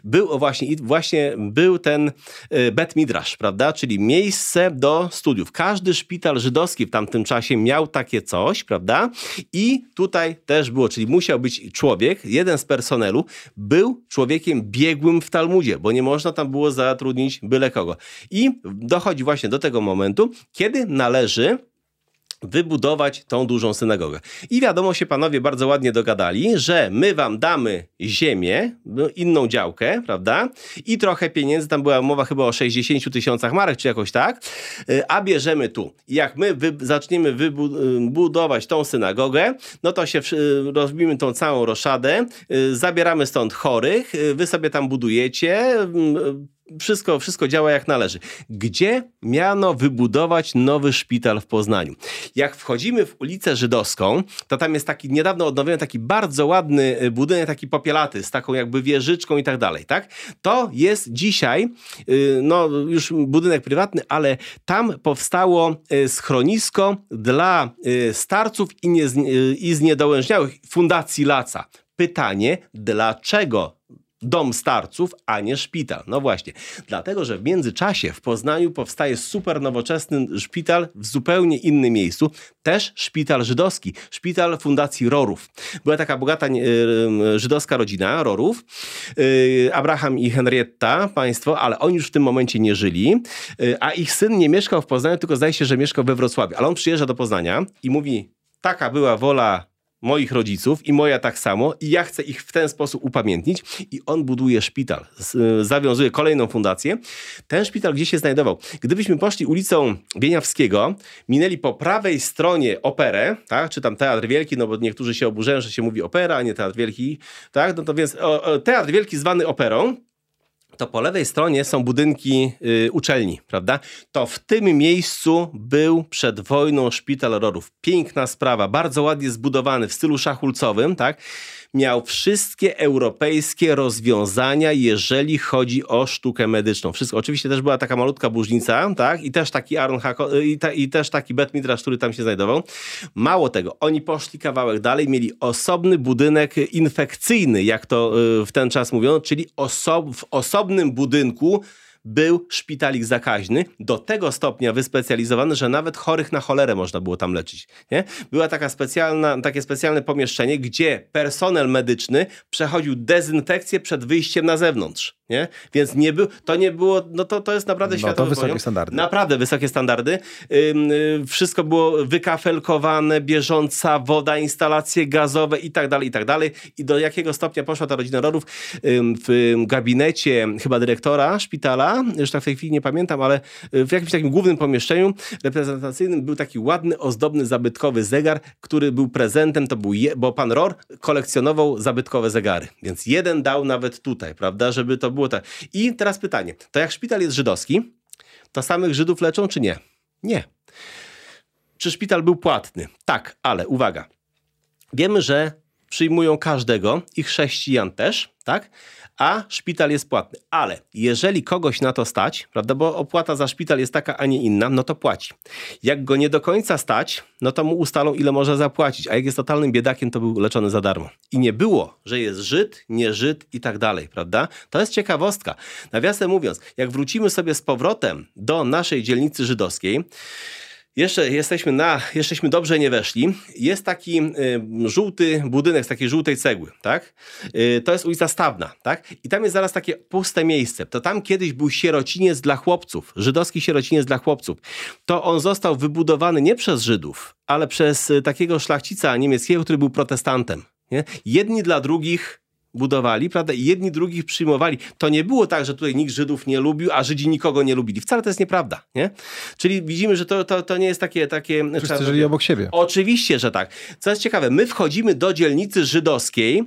Właśnie był ten Bet Midrash, prawda? Czyli miejsce do studiów. Każdy szpital żydowski w tamtym czasie miał takie coś, prawda? I tutaj też było, czyli musiał być człowiek, jeden z personelu, był człowiekiem biegłym w Talmudzie, bo nie można tam było zatrudnić byle kogo. I dochodzi właśnie do tego momentu, kiedy należy wybudować tą dużą synagogę. I wiadomo, się panowie bardzo ładnie dogadali, że my wam damy ziemię, inną działkę, prawda? I trochę pieniędzy, tam była mowa chyba o 60 000 marek, czy jakoś tak, a bierzemy tu. I jak my zaczniemy budować tą synagogę, no to się rozbijmy tą całą roszadę, zabieramy stąd chorych, wy sobie tam budujecie, wszystko działa jak należy. Gdzie miano wybudować nowy szpital w Poznaniu? Jak wchodzimy w ulicę Żydowską, to tam jest taki niedawno odnowiony, taki bardzo ładny budynek, taki popielaty, z taką jakby wieżyczką i tak dalej, tak? To jest dzisiaj, no już budynek prywatny, ale tam powstało schronisko dla starców i zniedołężniałych Fundacji Laca. Pytanie, dlaczego dom starców, a nie szpital? No właśnie, dlatego, że w międzyczasie w Poznaniu powstaje super nowoczesny szpital w zupełnie innym miejscu, też szpital żydowski, szpital Fundacji Rorów. Była taka bogata żydowska rodzina Rorów, Abraham i Henrietta, państwo, ale oni już w tym momencie nie żyli, a ich syn nie mieszkał w Poznaniu, tylko zdaje się, że mieszkał we Wrocławiu, ale on przyjeżdża do Poznania i mówi, taka była wola moich rodziców i moja tak samo i ja chcę ich w ten sposób upamiętnić i on buduje szpital, zawiązuje kolejną fundację. Ten szpital gdzie się znajdował? Gdybyśmy poszli ulicą Wieniawskiego, minęli po prawej stronie operę, tak? Czy tam Teatr Wielki, no bo niektórzy się oburzają, że się mówi opera, a nie Teatr Wielki, tak? No to więc Teatr Wielki zwany operą, to po lewej stronie są budynki uczelni, prawda? To w tym miejscu był przed wojną szpital Rorów. Piękna sprawa, bardzo ładnie zbudowany w stylu szachulcowym, tak? Miał wszystkie europejskie rozwiązania, jeżeli chodzi o sztukę medyczną. Wszystko. Oczywiście też była taka malutka burznica, tak? I też taki Aaron i też taki Bet Midrash, który tam się znajdował. Mało tego, oni poszli kawałek dalej, mieli osobny budynek infekcyjny, jak to w ten czas mówiono, czyli w osobnym budynku był szpitalik zakaźny, do tego wyspecjalizowany, że nawet chorych na cholerę można było tam leczyć. Nie? Była takie specjalne pomieszczenie, gdzie personel medyczny przechodził dezynfekcję przed wyjściem na zewnątrz. Nie? Więc to nie było, to jest naprawdę światowy to wysokie standardy. Naprawdę wysokie standardy. Wszystko było wykafelkowane, bieżąca woda, instalacje gazowe i tak dalej, i tak dalej. I do jakiego stopnia poszła ta rodzina Rorów w gabinecie chyba dyrektora szpitala, już tak w tej chwili nie pamiętam, ale w jakimś takim głównym pomieszczeniu reprezentacyjnym był taki ładny, ozdobny, zabytkowy zegar, który był prezentem, bo pan Ror kolekcjonował zabytkowe zegary. Więc jeden dał nawet tutaj, prawda, żeby to było tak. I teraz pytanie, to jak szpital jest żydowski, to samych Żydów leczą, czy nie? Nie. Czy szpital był płatny? Tak, ale uwaga, wiemy, że przyjmują każdego i chrześcijan też, tak? A szpital jest płatny. Ale jeżeli kogoś na to stać, prawda, bo opłata za szpital jest taka, a nie inna, no to płaci. Jak go nie do końca stać, no to mu ustalą, ile może zapłacić. A jak jest totalnym biedakiem, to był leczony za darmo. I nie było, że jest Żyd, nie Żyd i tak dalej, prawda? To jest ciekawostka. Nawiasem mówiąc, jak wrócimy sobie z powrotem do naszej dzielnicy żydowskiej, jeszcześmy dobrze nie weszli. Jest taki żółty budynek z takiej żółtej cegły, tak? To jest ulica Stawna, tak? I tam jest zaraz takie puste miejsce. To tam kiedyś był sierociniec dla chłopców, żydowski sierociniec dla chłopców. To on został wybudowany nie przez Żydów, ale przez takiego szlachcica niemieckiego, który był protestantem. Nie? Jedni dla drugich budowali, prawda? I jedni drugich przyjmowali. To nie było tak, że tutaj nikt Żydów nie lubił, a Żydzi nikogo nie lubili. Wcale to jest nieprawda, nie? Czyli widzimy, że to nie jest takie... Wszyscy żyli obok siebie. Oczywiście, że tak. Co jest ciekawe, my wchodzimy do dzielnicy żydowskiej.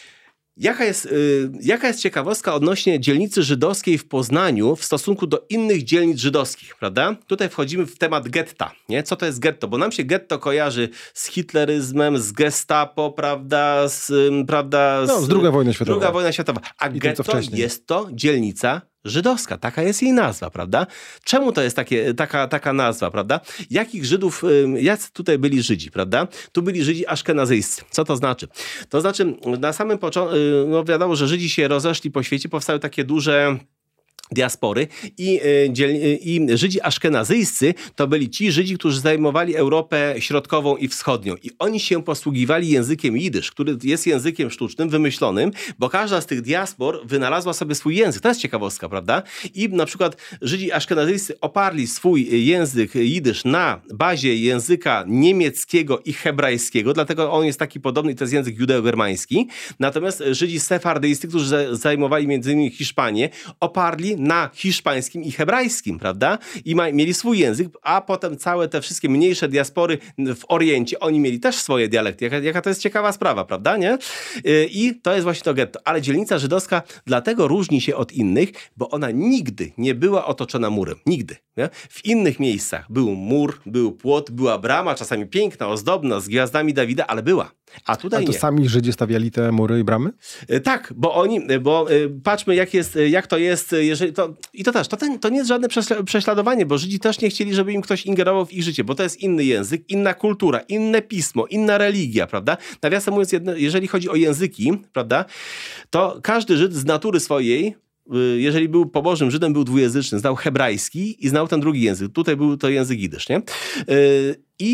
Jaka jest ciekawostka odnośnie dzielnicy żydowskiej w Poznaniu w stosunku do innych dzielnic żydowskich, prawda? Tutaj wchodzimy w temat getta, nie? Co to jest getto? Bo nam się getto kojarzy z hitleryzmem, z gestapo, prawda? Z II wojny światowej. II wojna światowa. A getto jest to dzielnica żydowska. Taka jest jej nazwa, prawda? Czemu to jest taka nazwa, prawda? Jakich Żydów, jacy tutaj byli Żydzi, prawda? Tu byli Żydzi aszkenazyjscy. Co to znaczy? To znaczy, na samym początku, no wiadomo, że Żydzi się rozeszli po świecie, powstały takie duże diaspory i Żydzi aszkenazyjscy to byli ci Żydzi, którzy zajmowali Europę Środkową i Wschodnią i oni się posługiwali językiem jidysz, który jest językiem sztucznym, wymyślonym, bo każda z tych diaspor wynalazła sobie swój język. To jest ciekawostka, prawda? I na przykład Żydzi aszkenazyjscy oparli swój język jidysz na bazie języka niemieckiego i hebrajskiego, dlatego on jest taki podobny i to jest język judeo-germański. Natomiast Żydzi sefardyjscy, którzy zajmowali między innymi Hiszpanię, oparli na hiszpańskim i hebrajskim, prawda? I mieli swój język, a potem całe te wszystkie mniejsze diaspory w Oriencie, oni mieli też swoje dialekty. Jaka to jest ciekawa sprawa, prawda? Nie? I to jest właśnie to getto. Ale dzielnica żydowska dlatego różni się od innych, bo ona nigdy nie była otoczona murem. Nigdy. Nie? W innych miejscach był mur, był płot, była brama, czasami piękna, ozdobna, z gwiazdami Dawida, ale była. A tutaj nie. Sami Żydzi stawiali te mury i bramy? Tak, bo patrzmy jak to jest, jeżeli to nie jest żadne prześladowanie, bo Żydzi też nie chcieli, żeby im ktoś ingerował w ich życie, bo to jest inny język, inna kultura, inne pismo, inna religia, prawda? Nawiasem mówiąc, jeżeli chodzi o języki, prawda, to każdy Żyd z natury swojej, jeżeli był pobożnym Żydem, był dwujęzyczny, znał hebrajski i znał ten drugi język. Tutaj był to język jidysz, nie? I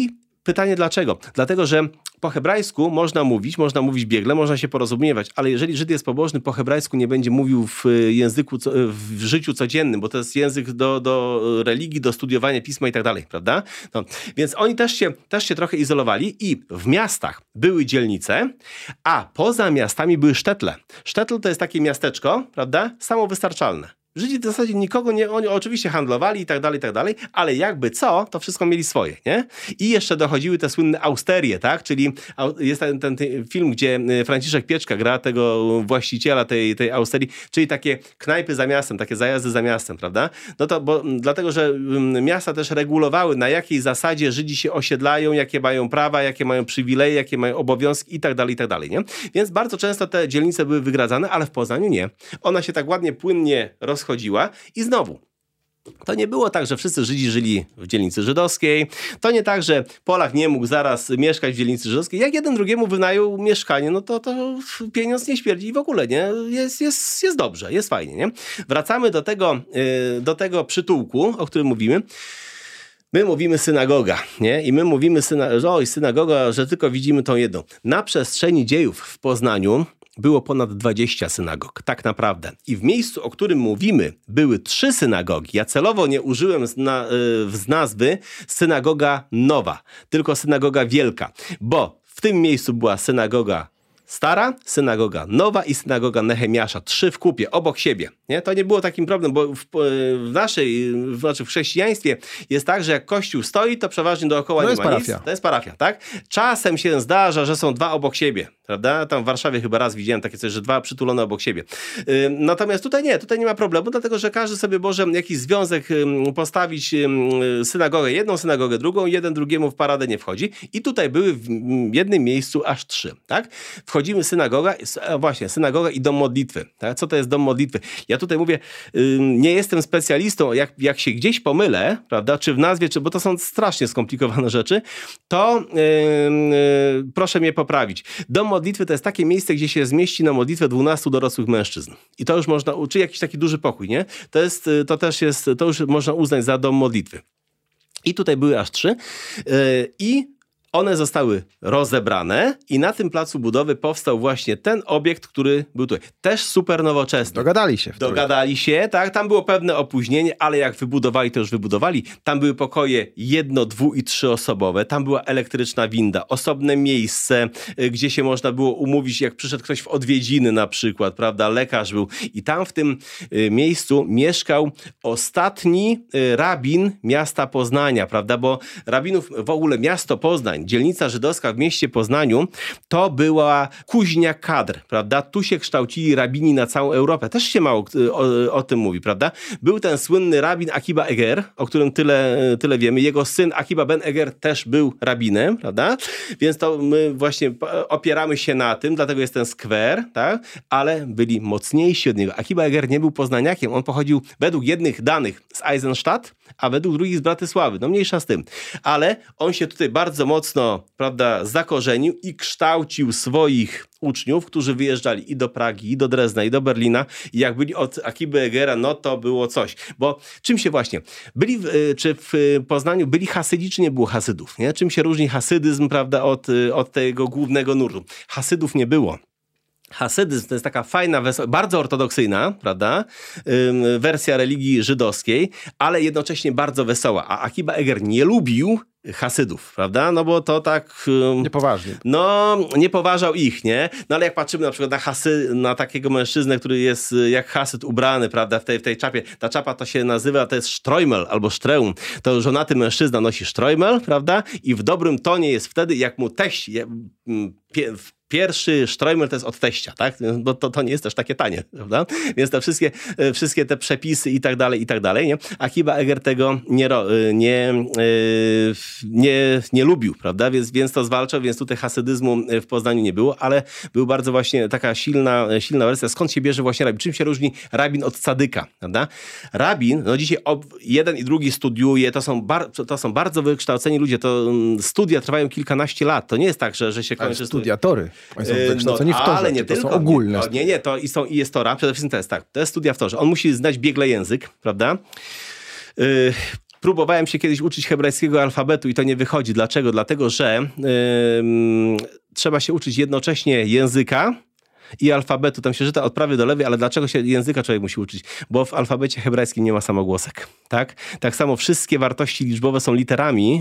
pytanie dlaczego? Dlatego, że po hebrajsku można mówić biegle, można się porozumiewać, ale jeżeli Żyd jest pobożny, po hebrajsku nie będzie mówił w języku, w życiu codziennym, bo to jest język do religii, do studiowania pisma i tak dalej, prawda? No, więc oni też się trochę izolowali i w miastach były dzielnice, a poza miastami były sztetle. Sztetl to jest takie miasteczko, prawda? Samowystarczalne. Żydzi w zasadzie nikogo nie, oni oczywiście handlowali i tak dalej, ale jakby co, to wszystko mieli swoje, nie? I jeszcze dochodziły te słynne austerie, tak? Czyli jest ten film, gdzie Franciszek Pieczka gra tego właściciela tej austerii, czyli takie knajpy za miastem, takie zajazdy za miastem, prawda? No to dlatego, że miasta też regulowały, na jakiej zasadzie Żydzi się osiedlają, jakie mają prawa, jakie mają przywileje, jakie mają obowiązki i tak dalej, nie? Więc bardzo często te dzielnice były wygradzane, ale w Poznaniu nie. Ona się tak ładnie, płynnie rozchodziła i znowu, to nie było tak, że wszyscy Żydzi żyli w dzielnicy żydowskiej. To nie tak, że Polak nie mógł zaraz mieszkać w dzielnicy żydowskiej. Jak jeden drugiemu wynajął mieszkanie, no to pieniądz nie śmierdzi w ogóle, nie? Jest dobrze, jest fajnie, nie? Wracamy do tego przytułku, o którym mówimy. My mówimy synagoga, nie? I my mówimy synagoga, że tylko widzimy tą jedną. Na przestrzeni dziejów w Poznaniu było ponad 20 synagog, tak naprawdę. I w miejscu, o którym mówimy, były 3 synagogi. Ja celowo nie użyłem z nazwy synagoga nowa, tylko synagoga wielka, bo w tym miejscu była synagoga stara, synagoga nowa i synagoga Nehemiasza. 3 w kupie, obok siebie. Nie? To nie było takim problemem, bo w chrześcijaństwie jest tak, że jak kościół stoi, to przeważnie dookoła nie ma nic. To jest parafia, tak? Czasem się zdarza, że są 2 obok siebie, prawda? Tam w Warszawie chyba raz widziałem takie coś, że 2 przytulone obok siebie. Natomiast tutaj nie ma problemu, dlatego że każdy sobie może jakiś związek postawić, synagogę jedną, synagogę drugą, jeden drugiemu w paradę nie wchodzi. I tutaj były w jednym miejscu aż 3, tak? Wchodzimy synagoga i dom modlitwy. Tak? Co to jest dom modlitwy? Ja tutaj mówię, nie jestem specjalistą, jak się gdzieś pomylę, prawda, czy w nazwie, bo to są strasznie skomplikowane rzeczy, to proszę mnie poprawić. Dom modlitwy to jest takie miejsce, gdzie się zmieści na modlitwę 12 dorosłych mężczyzn. I to już można, czy jakiś taki duży pokój, nie? To już można uznać za dom modlitwy. I tutaj były aż 3. I one zostały rozebrane i na tym placu budowy powstał właśnie ten obiekt, który był tutaj. Też super nowoczesny. Dogadali się, tak. Tam było pewne opóźnienie, ale jak wybudowali, to już wybudowali. Tam były pokoje 1-, 2- i 3-osobowe. Tam była elektryczna winda, osobne miejsce, gdzie się można było umówić, jak przyszedł ktoś w odwiedziny na przykład, prawda, lekarz był. I tam w tym miejscu mieszkał ostatni rabin miasta Poznania, prawda, bo rabinów w ogóle miasto Poznań, dzielnica żydowska w mieście Poznaniu, to była kuźnia kadr, prawda? Tu się kształcili rabini na całą Europę. Też się mało o tym mówi, prawda? Był ten słynny rabin Akiba Eger, o którym tyle wiemy. Jego syn Akiba ben Eger też był rabinem, prawda? Więc to my właśnie opieramy się na tym, dlatego jest ten skwer, tak? Ale byli mocniejsi od niego. Akiba Eger nie był poznaniakiem. On pochodził według jednych danych z Eisenstadt, a według drugich z Bratysławy. No mniejsza z tym. Ale on się tutaj bardzo mocno, prawda, zakorzenił i kształcił swoich uczniów, którzy wyjeżdżali i do Pragi, i do Drezna, i do Berlina. I jak byli od Akiby Egera, no to było coś. Bo czym się właśnie... czy w Poznaniu byli Hasydzi, czy nie było Hasydów? Nie? Czym się różni hasydyzm, prawda, od tego głównego nurtu? Hasydów nie było. Hasydyzm to jest taka fajna, bardzo ortodoksyjna, prawda, wersja religii żydowskiej, ale jednocześnie bardzo wesoła. A Akiba Eger nie lubił Hasydów, prawda? No bo to tak... Niepoważnie. No, nie poważał ich, nie? No ale jak patrzymy na przykład na takiego mężczyznę, który jest jak Hasyd ubrany, prawda, w tej czapie. Ta czapa to się nazywa, to jest sztrojmel albo sztreum. To żonaty mężczyzna nosi sztrojmel, prawda? I w dobrym tonie jest wtedy, jak mu teść... Pierwszy sztrojmel to jest od teścia, tak? Bo to nie jest też takie tanie, prawda? Więc te wszystkie te przepisy i tak dalej, nie? Akiba Eger tego nie lubił, prawda? Więc to zwalczał, więc tutaj hasydyzmu w Poznaniu nie było, ale był bardzo właśnie taka silna wersja. Skąd się bierze właśnie rabin? Czym się różni rabin od cadyka, prawda? Rabin, no dzisiaj jeden i drugi studiuje, to są bardzo wykształceni ludzie, to studia trwają kilkanaście lat. To nie jest tak, że się kończy... Studiatory. Oni są wykształceni w torze, ale nie to tylko, są ogólne. I jest Tora, przede wszystkim to jest tak, to jest studia w torze. On musi znać biegle język, prawda? Próbowałem się kiedyś uczyć hebrajskiego alfabetu i to nie wychodzi. Dlaczego? Dlatego, że trzeba się uczyć jednocześnie języka i alfabetu. Tam się czyta od prawej do lewej, ale dlaczego się języka człowiek musi uczyć? Bo w alfabecie hebrajskim nie ma samogłosek. Tak samo wszystkie wartości liczbowe są literami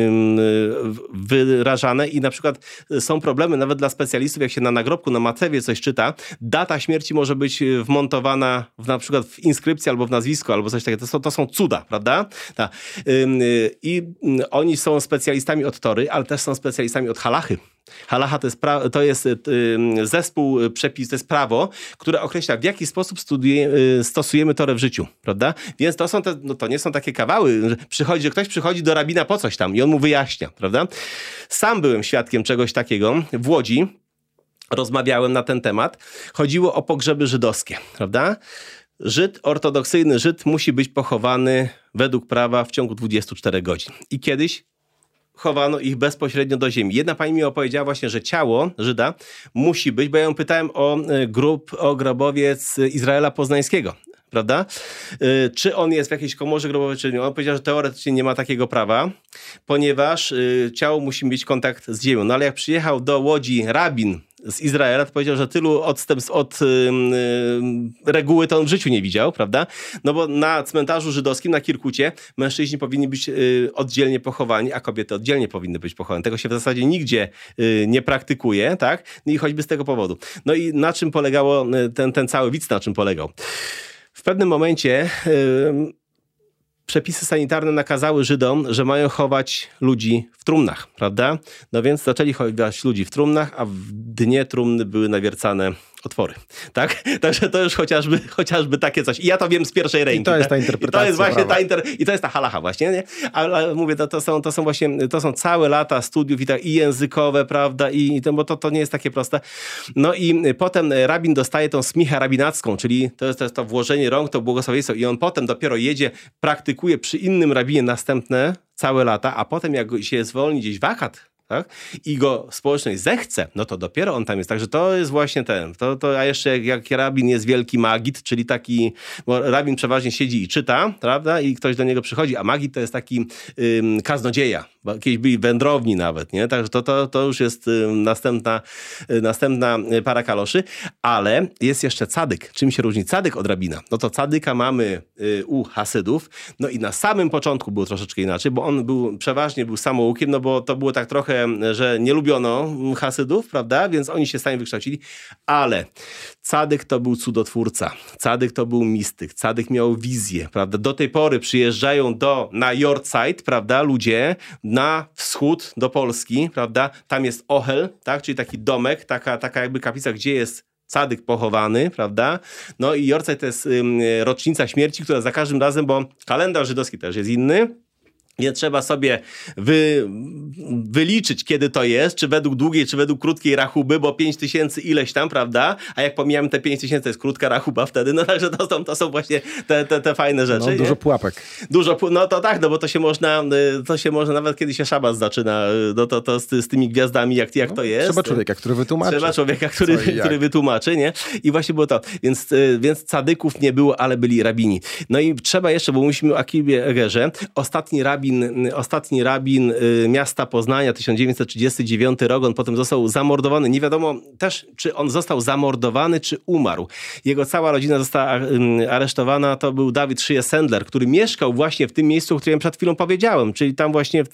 wyrażane i na przykład są problemy nawet dla specjalistów, jak się na nagrobku, na macewie coś czyta, data śmierci może być wmontowana na przykład w inskrypcji albo w nazwisku, albo coś takiego. To są cuda, prawda? I oni są specjalistami od Tory, ale też są specjalistami od halachy. Halacha to jest zespół przepis, to jest prawo, które określa, w jaki sposób stosujemy Torę w życiu, prawda? Więc to nie są takie kawały, że ktoś przychodzi do rabina po coś tam i on mu wyjaśnia, prawda? Sam byłem świadkiem czegoś takiego w Łodzi, rozmawiałem na ten temat. Chodziło o pogrzeby żydowskie, prawda? Ortodoksyjny Żyd musi być pochowany według prawa w ciągu 24 godzin. I kiedyś chowano ich bezpośrednio do ziemi. Jedna pani mi opowiedziała właśnie, że ciało Żyda musi być, bo ja ją pytałem o grobowiec Izraela Poznańskiego, prawda? Czy on jest w jakiejś komorze grobowej, czy nie. On powiedział, że teoretycznie nie ma takiego prawa, ponieważ ciało musi mieć kontakt z ziemią. No ale jak przyjechał do Łodzi rabin z Izraela, to powiedział, że tylu odstępstw od reguły to on w życiu nie widział, prawda? No bo na cmentarzu żydowskim, na Kirkucie, mężczyźni powinni być oddzielnie pochowani, a kobiety oddzielnie powinny być pochowane. Tego się w zasadzie nigdzie nie praktykuje, tak? I choćby z tego powodu. No i na czym polegało ten cały wic, na czym polegał? W pewnym momencie przepisy sanitarne nakazały Żydom, że mają chować ludzi w trumnach, prawda? No więc zaczęli chować ludzi w trumnach, a w dnie trumny były nawiercane otwory, tak? Także to już chociażby takie coś. I ja to wiem z pierwszej ręki. I to jest ta interpretacja. I to jest właśnie i to jest ta halacha właśnie, nie? Ale mówię, to są całe lata studiów i językowe, prawda? Bo to nie jest takie proste. No i potem rabin dostaje tą smichę rabinacką, czyli to jest to włożenie rąk, to błogosławieństwo i on potem dopiero jedzie, praktykuje przy innym rabinie następne całe lata, a potem jak się zwolni gdzieś wakat, tak? I go społeczność zechce, no to dopiero on tam jest. Także to jest właśnie a jeszcze jak rabin jest wielki magid, czyli taki, bo rabin przeważnie siedzi i czyta, prawda? I ktoś do niego przychodzi, a magid to jest taki kaznodzieja, bo kiedyś byli wędrowni nawet, nie? Także to już jest następna para kaloszy, ale jest jeszcze cadyk. Czym się różni cadyk od rabina? No to cadyka mamy u Hasydów, no i na samym początku było troszeczkę inaczej, bo on przeważnie był samoukiem, no bo to było tak trochę, że nie lubiono Hasydów, prawda? Więc oni się sami wykształcili, ale cadyk to był cudotwórca, cadyk to był mistyk, cadyk miał wizję, prawda? Do tej pory przyjeżdżają na Yortzeit, prawda? Ludzie na wschód do Polski, prawda? Tam jest Ohel, tak? Czyli taki domek, taka jakby kaplica, gdzie jest cadyk pochowany, prawda? No i Yortzeit to jest rocznica śmierci, która za każdym razem, bo kalendarz żydowski też jest inny, więc trzeba sobie wyliczyć, kiedy to jest, czy według długiej, czy według krótkiej rachuby, bo 5000 ileś tam, prawda? A jak pomijamy te 5000, to jest krótka rachuba wtedy, no także to są właśnie te fajne rzeczy. No, dużo pułapek. No to tak, no bo to się można nawet kiedy się szabat zaczyna, no to z tymi gwiazdami, jak to jest. Trzeba człowieka, który wytłumaczy. Trzeba człowieka, który wytłumaczy, nie? I właśnie było to. Więc cadyków nie było, ale byli rabini. No i trzeba jeszcze, bo mówimy o Akibie Egerze, ostatni rabin miasta Poznania, 1939 rok, on potem został zamordowany. Nie wiadomo też, czy on został zamordowany, czy umarł. Jego cała rodzina została aresztowana. To był Dawid Szyje Sendler, który mieszkał właśnie w tym miejscu, o którym przed chwilą powiedziałem, czyli tam właśnie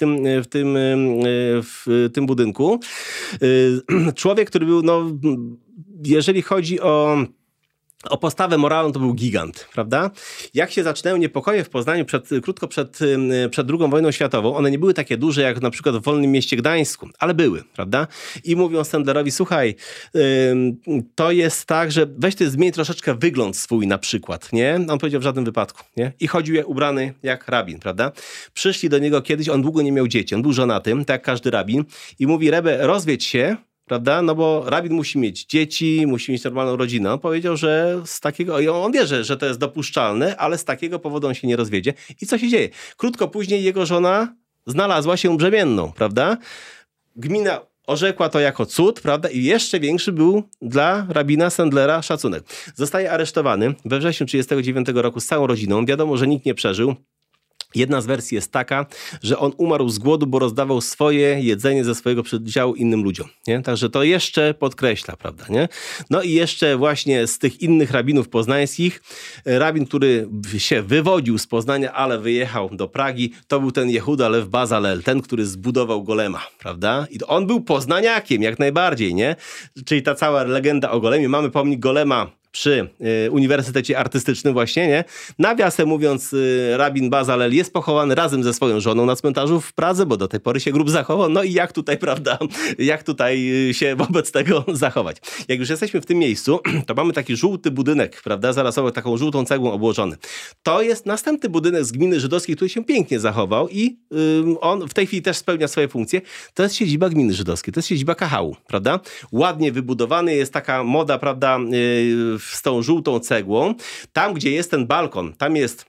w tym budynku. Człowiek, który był, jeżeli chodzi o postawę moralną, to był gigant, prawda? Jak się zaczynają niepokoje w Poznaniu krótko przed II wojną światową, one nie były takie duże jak na przykład w Wolnym Mieście Gdańsku, ale były, prawda? I mówią Sendlerowi, słuchaj, to jest tak, że weź ty zmień troszeczkę wygląd swój na przykład, nie? On powiedział w żadnym wypadku, nie? I chodził ubrany jak rabin, prawda? Przyszli do niego kiedyś, on długo nie miał dzieci, on był żonatym, tak jak każdy rabin i mówi, Rebbe, rozwiedź się, prawda? No bo rabin musi mieć dzieci, musi mieć normalną rodzinę. On powiedział, że z takiego, on wie, że to jest dopuszczalne, ale z takiego powodu on się nie rozwiedzie. I co się dzieje? Krótko później jego żona znalazła się brzemienną, prawda? Gmina orzekła to jako cud, prawda? I jeszcze większy był dla rabina Sendlera szacunek. Zostaje aresztowany we wrześniu 1939 roku z całą rodziną. Wiadomo, że nikt nie przeżył. Jedna z wersji jest taka, że on umarł z głodu, bo rozdawał swoje jedzenie ze swojego przedziału innym ludziom. Nie? Także to jeszcze podkreśla, prawda? Nie? No i jeszcze właśnie z tych innych rabinów poznańskich, rabin, który się wywodził z Poznania, ale wyjechał do Pragi, to był ten Jehuda Lew Bazalel, ten, który zbudował Golema, prawda? I on był poznaniakiem, jak najbardziej, nie? Czyli ta cała legenda o Golemie. Mamy pomnik Golema przy Uniwersytecie Artystycznym właśnie, nie? Nawiasem mówiąc, rabin Bazalel jest pochowany razem ze swoją żoną na cmentarzu w Pradze, bo do tej pory się grób zachował. No i jak tutaj, prawda, jak tutaj się wobec tego zachować? Jak już jesteśmy w tym miejscu, to mamy taki żółty budynek, prawda, zarasowy, taką żółtą cegłą obłożony. To jest następny budynek z gminy żydowskiej, który się pięknie zachował i on w tej chwili też spełnia swoje funkcje. To jest siedziba gminy żydowskiej, to jest siedziba Kahału, prawda? Ładnie wybudowany, jest taka moda, prawda, z tą żółtą cegłą. Tam, gdzie jest ten balkon, tam jest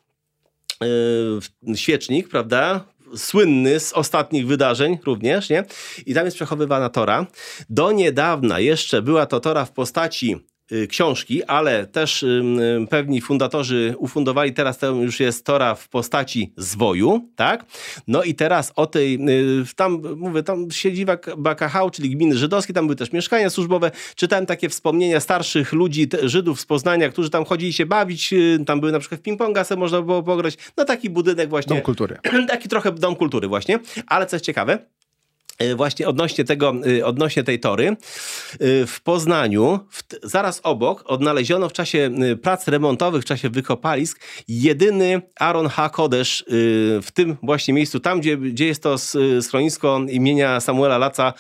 świecznik, prawda? Słynny z ostatnich wydarzeń również, nie? I tam jest przechowywana tora. Do niedawna jeszcze była to tora w postaci książki, ale też pewni fundatorzy ufundowali, teraz to już jest tora w postaci zwoju, tak? No i teraz o tej, tam mówię, tam siedziba Kahału, czyli gminy żydowskiej, tam były też mieszkania służbowe, czytałem takie wspomnienia starszych ludzi, Żydów z Poznania, którzy tam chodzili się bawić, tam były na przykład w ping-ponga, sobie można było pograć, no taki budynek właśnie. Dom kultury. Taki trochę dom kultury właśnie, ale coś ciekawe, właśnie odnośnie tej tory, w Poznaniu, zaraz obok, odnaleziono w czasie prac remontowych, w czasie wykopalisk, jedyny Aron HaKodesz w tym właśnie miejscu, tam gdzie jest to schronisko imienia Samuela Laca,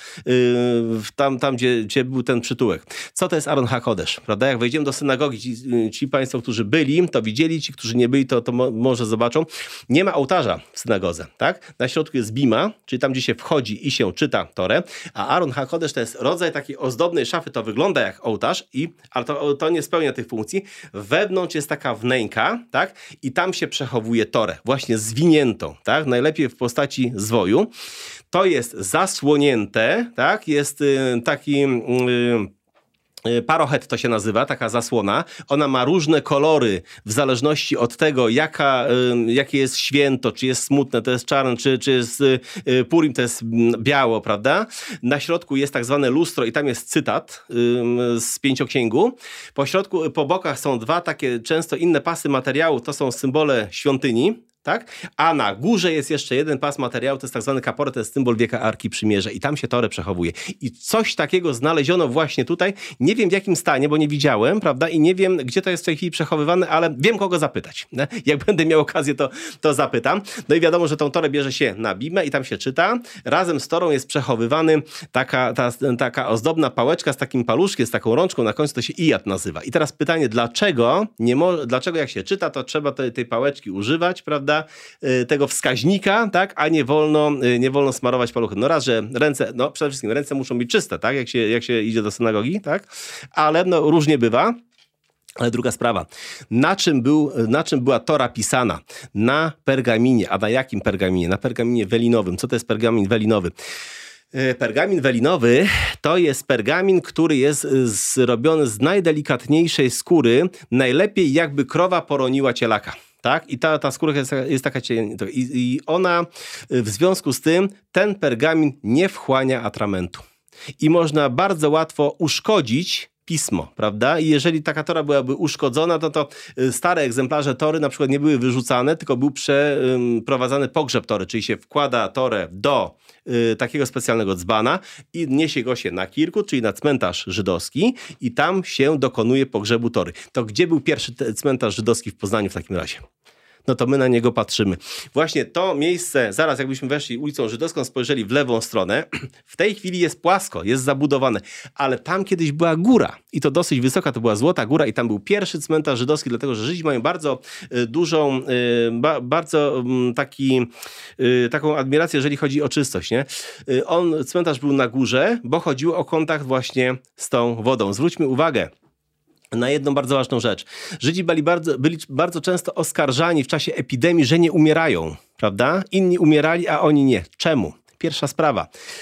tam gdzie był ten przytułek. Co to jest Aron HaKodesz? Prawda? Jak wejdziemy do synagogi, ci państwo, którzy byli, to widzieli, ci, którzy nie byli, to może zobaczą. Nie ma ołtarza w synagodze, tak? Na środku jest bima, czyli tam, gdzie się wchodzi i się czyta Torę, a Aron HaKodesz to jest rodzaj takiej ozdobnej szafy, to wygląda jak ołtarz, ale to nie spełnia tych funkcji. Wewnątrz jest taka wnęka, tak? I tam się przechowuje Torę, właśnie zwiniętą, tak? Najlepiej w postaci zwoju. To jest zasłonięte, tak? Jest taki... Parochet to się nazywa, taka zasłona. Ona ma różne kolory w zależności od tego, jakie jest święto, czy jest smutne, to jest czarne, czy jest Purim, to jest biało, prawda? Na środku jest tak zwane lustro i tam jest cytat z Pięcioksięgu. Po bokach są dwa takie często inne pasy materiału, to są symbole świątyni. Tak? A na górze jest jeszcze jeden pas materiału, to jest tak zwany kaporet, to jest symbol wieka Arki Przymierza i tam się Torę przechowuje. I coś takiego znaleziono właśnie tutaj. Nie wiem w jakim stanie, bo nie widziałem, prawda? I nie wiem, gdzie to jest w tej chwili przechowywane, ale wiem, kogo zapytać. Nie? Jak będę miał okazję, to zapytam. No i wiadomo, że tą Torę bierze się na bimę i tam się czyta. Razem z Torą jest przechowywany taka ozdobna pałeczka z takim paluszkiem, z taką rączką na końcu, to się ijad nazywa. I teraz pytanie, dlaczego jak się czyta, to trzeba tej pałeczki używać, prawda? Tego wskaźnika, tak, a nie wolno smarować paluchem. No raz, że ręce, no przede wszystkim ręce muszą być czyste, tak, jak się idzie do synagogi, tak, ale no różnie bywa. Ale druga sprawa, na czym była Tora pisana? Na pergaminie. A na jakim pergaminie? Na pergaminie welinowym. Co to jest pergamin welinowy? Pergamin welinowy to jest pergamin, który jest zrobiony z najdelikatniejszej skóry, najlepiej jakby krowa poroniła cielaka. Tak? I ta skóra jest taka cienka. I ona w związku z tym, ten pergamin nie wchłania atramentu. I można bardzo łatwo uszkodzić pismo, prawda? I jeżeli taka tora byłaby uszkodzona, to stare egzemplarze tory na przykład nie były wyrzucane, tylko był przeprowadzany pogrzeb tory, czyli się wkłada torę do takiego specjalnego dzbana i niesie go się na Kirkut, czyli na cmentarz żydowski i tam się dokonuje pogrzebu tory. To gdzie był pierwszy cmentarz żydowski w Poznaniu w takim razie? No to my na niego patrzymy. Właśnie to miejsce, zaraz jakbyśmy weszli ulicą Żydowską, spojrzeli w lewą stronę, w tej chwili jest płasko, jest zabudowane, ale tam kiedyś była góra i to dosyć wysoka, to była Złota Góra i tam był pierwszy cmentarz żydowski, dlatego że Żydzi mają bardzo dużą, taką admirację, jeżeli chodzi o czystość, nie? Cmentarz był na górze, bo chodziło o kontakt właśnie z tą wodą. Zwróćmy uwagę na jedną bardzo ważną rzecz. Żydzi byli bardzo często oskarżani w czasie epidemii, że nie umierają, prawda? Inni umierali, a oni nie. Czemu? Pierwsza sprawa.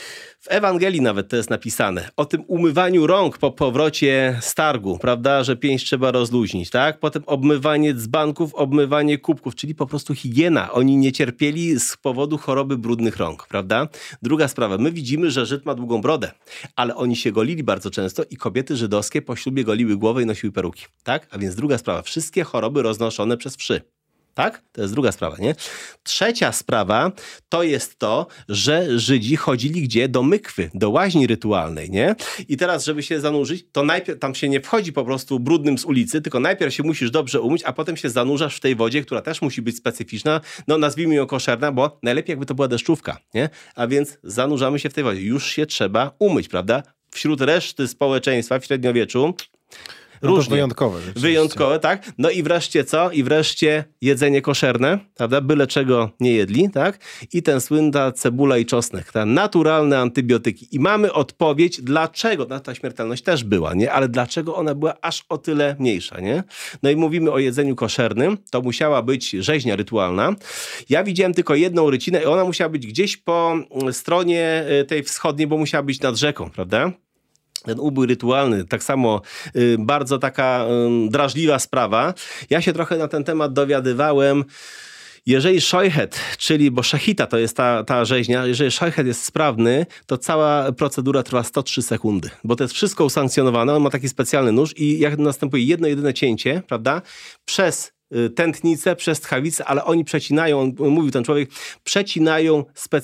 W Ewangelii nawet to jest napisane. O tym umywaniu rąk po powrocie z targu, prawda, że pięść trzeba rozluźnić, tak? Potem obmywanie dzbanków, obmywanie kubków, czyli po prostu higiena. Oni nie cierpieli z powodu choroby brudnych rąk, prawda? Druga sprawa. My widzimy, że Żyd ma długą brodę, ale oni się golili bardzo często i kobiety żydowskie po ślubie goliły głowę i nosiły peruki, tak? A więc druga sprawa. Wszystkie choroby roznoszone przez wszy. Tak? To jest druga sprawa, nie? Trzecia sprawa to jest to, że Żydzi chodzili gdzie? Do mykwy, do łaźni rytualnej, nie? I teraz, żeby się zanurzyć, to najpierw tam się nie wchodzi po prostu brudnym z ulicy, tylko najpierw się musisz dobrze umyć, a potem się zanurzasz w tej wodzie, która też musi być specyficzna, no nazwijmy ją koszerna, bo najlepiej jakby to była deszczówka, nie? A więc zanurzamy się w tej wodzie. Już się trzeba umyć, prawda? Wśród reszty społeczeństwa w średniowieczu różnie. Wyjątkowe. Wyjątkowe, tak. No i wreszcie co? I wreszcie jedzenie koszerne, prawda? Byle czego nie jedli, tak? I ten słynna cebula i czosnek, te naturalne antybiotyki. I mamy odpowiedź, dlaczego, no ta śmiertelność też była, nie? Ale dlaczego ona była aż o tyle mniejsza, nie? No i mówimy o jedzeniu koszernym. To musiała być rzeźnia rytualna. Ja widziałem tylko jedną rycinę i ona musiała być gdzieś po stronie tej wschodniej, bo musiała być nad rzeką, prawda? Ten ubój rytualny, tak samo bardzo taka drażliwa sprawa. Ja się trochę na ten temat dowiadywałem. Jeżeli szojchet, czyli, bo szechita to jest ta rzeźnia, jeżeli szojchet jest sprawny, to cała procedura trwa 103 sekundy, bo to jest wszystko usankcjonowane, on ma taki specjalny nóż i jak następuje jedno jedyne cięcie, prawda, przez tętnicę, przez tchawicę, ale oni przecinają, mówił ten człowiek, przecinają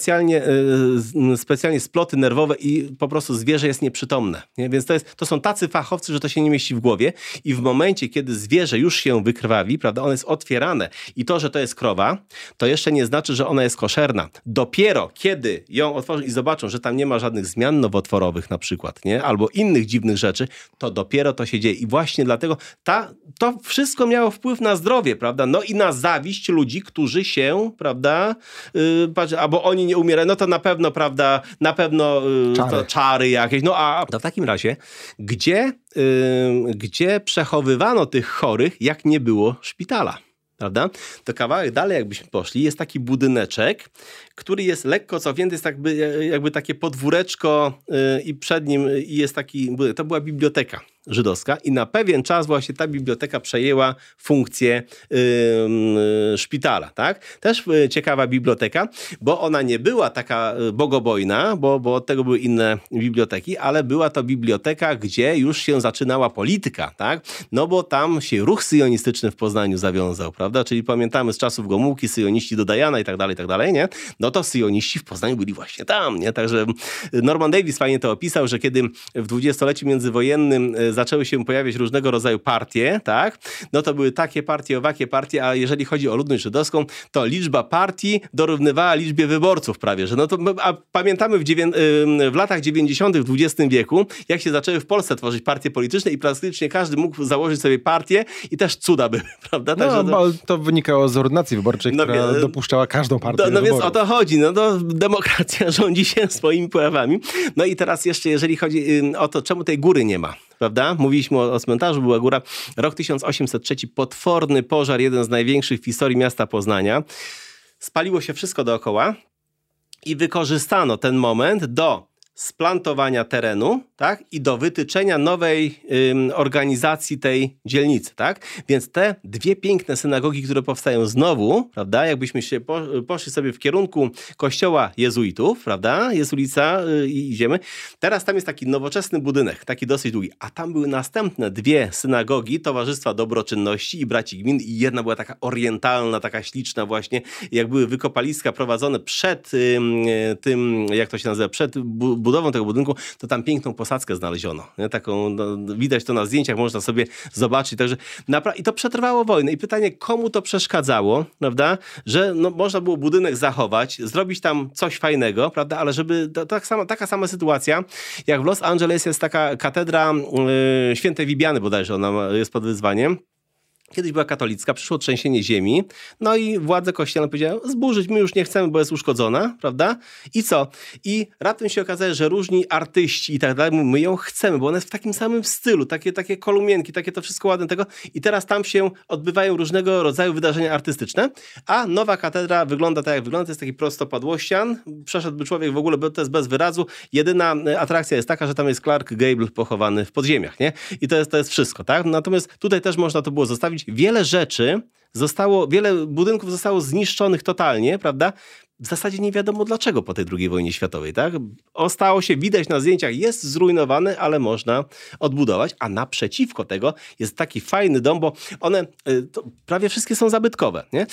specjalnie sploty nerwowe i po prostu zwierzę jest nieprzytomne. Nie? Więc to są tacy fachowcy, że to się nie mieści w głowie i w momencie, kiedy zwierzę już się wykrwawi, prawda, ono jest otwierane i to, że to jest krowa, to jeszcze nie znaczy, że ona jest koszerna. Dopiero kiedy ją otworzą i zobaczą, że tam nie ma żadnych zmian nowotworowych na przykład, nie? Albo innych dziwnych rzeczy, to dopiero to się dzieje. I właśnie dlatego to wszystko miało wpływ na zdrowie, prawda? No i na zawiść ludzi, którzy się, prawda, albo oni nie umierają, no to na pewno, prawda, to czary jakieś. No a w takim razie, gdzie przechowywano tych chorych, jak nie było szpitala? Prawda? To kawałek dalej, jakbyśmy poszli, jest taki budyneczek, który jest lekko cofnięty, jest jakby takie podwóreczko i przed nim jest taki budynek. To była biblioteka żydowska i na pewien czas właśnie ta biblioteka przejęła funkcję szpitala. Tak? Też ciekawa biblioteka, bo ona nie była taka bogobojna, bo od tego były inne biblioteki, ale była to biblioteka, gdzie już się zaczynała polityka. Tak? No bo tam się ruch syjonistyczny w Poznaniu zawiązał, prawda? Czyli pamiętamy z czasów Gomułki, syjoniści do Dajana i tak dalej, nie? No to syjoniści w Poznaniu byli właśnie tam, nie? Także Norman Davis fajnie to opisał, że kiedy w dwudziestoleciu międzywojennym zaczęły się pojawiać różnego rodzaju partie, tak? No to były takie partie, owakie partie, a jeżeli chodzi o ludność żydowską, to liczba partii dorównywała liczbie wyborców prawie, że no to, a pamiętamy w latach 90. w XX wieku, jak się zaczęły w Polsce tworzyć partie polityczne i praktycznie każdy mógł założyć sobie partię i też cuda były, prawda? Także no, to wynikało z ordynacji wyborczej, która dopuszczała każdą partię no więc o to chodzi, no to demokracja rządzi się swoimi prawami. No i teraz jeszcze, jeżeli chodzi o to, czemu tej góry nie ma, prawda? Mówiliśmy o cmentarzu, była góra. Rok 1803, potworny pożar, jeden z największych w historii miasta Poznania. Spaliło się wszystko dookoła i wykorzystano ten moment do splantowania terenu, tak? I do wytyczenia nowej organizacji tej dzielnicy, tak? Więc te dwie piękne synagogi, które powstają znowu, prawda? Jakbyśmy się poszli sobie w kierunku kościoła jezuitów, prawda? Jest ulica i idziemy. Teraz tam jest taki nowoczesny budynek, taki dosyć długi, a tam były następne dwie synagogi Towarzystwa Dobroczynności i Braci Gmin i jedna była taka orientalna, taka śliczna właśnie, jak były wykopaliska prowadzone przed tym, jak to się nazywa, przed budową tego budynku, to tam piękną posadzkę znaleziono. Nie? Taką, no, widać to na zdjęciach, można sobie zobaczyć. Także i to przetrwało wojnę. I pytanie, komu to przeszkadzało, prawda? Że no, można było budynek zachować, zrobić tam coś fajnego, prawda? Ale żeby taka sama sytuacja, jak w Los Angeles jest taka katedra Świętej Wibiany bodajże, ona jest pod wyzwaniem. Kiedyś była katolicka, przyszło trzęsienie ziemi, no i władze kościelne powiedziały, zburzyć my już nie chcemy, bo jest uszkodzona, prawda? I co? I raptem się okazało, że różni artyści i tak dalej, my ją chcemy, bo ona jest w takim samym stylu, takie kolumienki, takie to wszystko ładne tego i teraz tam się odbywają różnego rodzaju wydarzenia artystyczne, a nowa katedra wygląda tak, jak wygląda, to jest taki prostopadłościan, przeszedłby człowiek w ogóle, bo to jest bez wyrazu, jedyna atrakcja jest taka, że tam jest Clark Gable pochowany w podziemiach, nie? I to jest wszystko, tak? Natomiast tutaj też można to było zostawić. Wiele budynków zostało zniszczonych totalnie, prawda? W zasadzie nie wiadomo dlaczego po tej II wojnie światowej, tak? Ostało się, widać na zdjęciach, jest zrujnowany, ale można odbudować, a naprzeciwko tego jest taki fajny dom, bo one prawie wszystkie są zabytkowe, nie?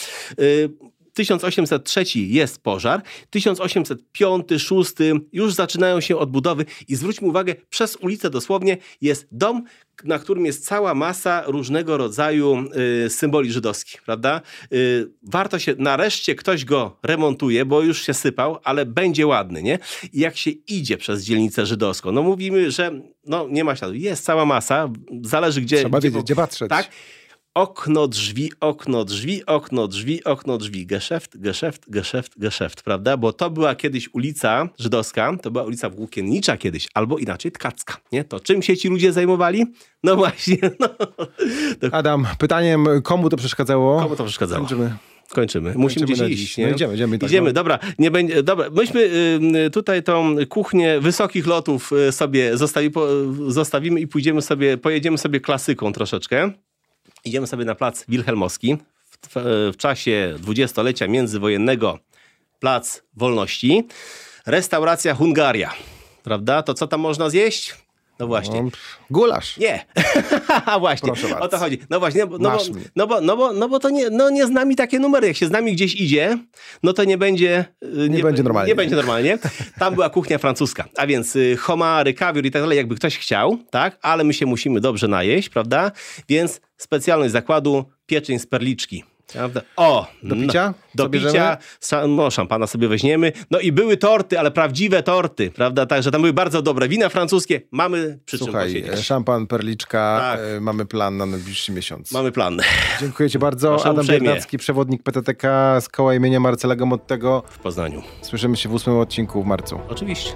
1803 jest pożar, 1805, 6 już zaczynają się odbudowy i zwróćmy uwagę, przez ulicę dosłownie jest dom, na którym jest cała masa różnego rodzaju symboli żydowskich, prawda? Warto się, nareszcie ktoś go remontuje, bo już się sypał, ale będzie ładny, nie? I jak się idzie przez dzielnicę żydowską, no mówimy, że no nie ma śladu, jest cała masa, zależy gdzie... Trzeba wiedzieć, gdzie patrzeć. Tak? Okno, drzwi, okno, drzwi, okno, drzwi, okno, drzwi. Geszeft, geszeft, geszeft, geszeft, prawda? Bo to była kiedyś ulica żydowska, to była ulica Włókiennicza kiedyś, albo inaczej Tkacka, nie? To czym się ci ludzie zajmowali? No właśnie, no. Adam, pytaniem, komu to przeszkadzało? Komu to przeszkadzało? Kończymy. Musimy gdzieś iść, nie? No idziemy. Tak, idziemy, dobra. Nie będzie, dobra. Myśmy tutaj tą kuchnię wysokich lotów sobie zostawimy i pojedziemy sobie klasyką troszeczkę. Idziemy sobie na plac Wilhelmowski. W czasie dwudziestolecia międzywojennego Plac Wolności. Restauracja Hungaria. Prawda? To co tam można zjeść? No właśnie. Gulasz. Nie. Właśnie. Proszę bardzo. O to chodzi. No właśnie, bo to nie z nami takie numery. Jak się z nami gdzieś idzie, no to nie będzie normalnie. Nie będzie normalnie. Tam była kuchnia francuska. A więc homary, kawior i tak dalej, jakby ktoś chciał, tak? Ale my się musimy dobrze najeść, prawda? Więc specjalność zakładu pieczeń z perliczki. Prawda? O! Do picia? Do picia. No, szampana sobie weźmiemy. No i były torty, ale prawdziwe torty, prawda? Także tam były bardzo dobre. Wina francuskie. Mamy przy czym posiedzieć. Szampan, perliczka. Tak. Mamy plan na najbliższy miesiąc. Mamy plan. Dziękuję ci bardzo. Adam Biernacki, przewodnik PTTK z koła imienia Marcelego Mottego. W Poznaniu. Słyszymy się w 8 odcinku w marcu. Oczywiście.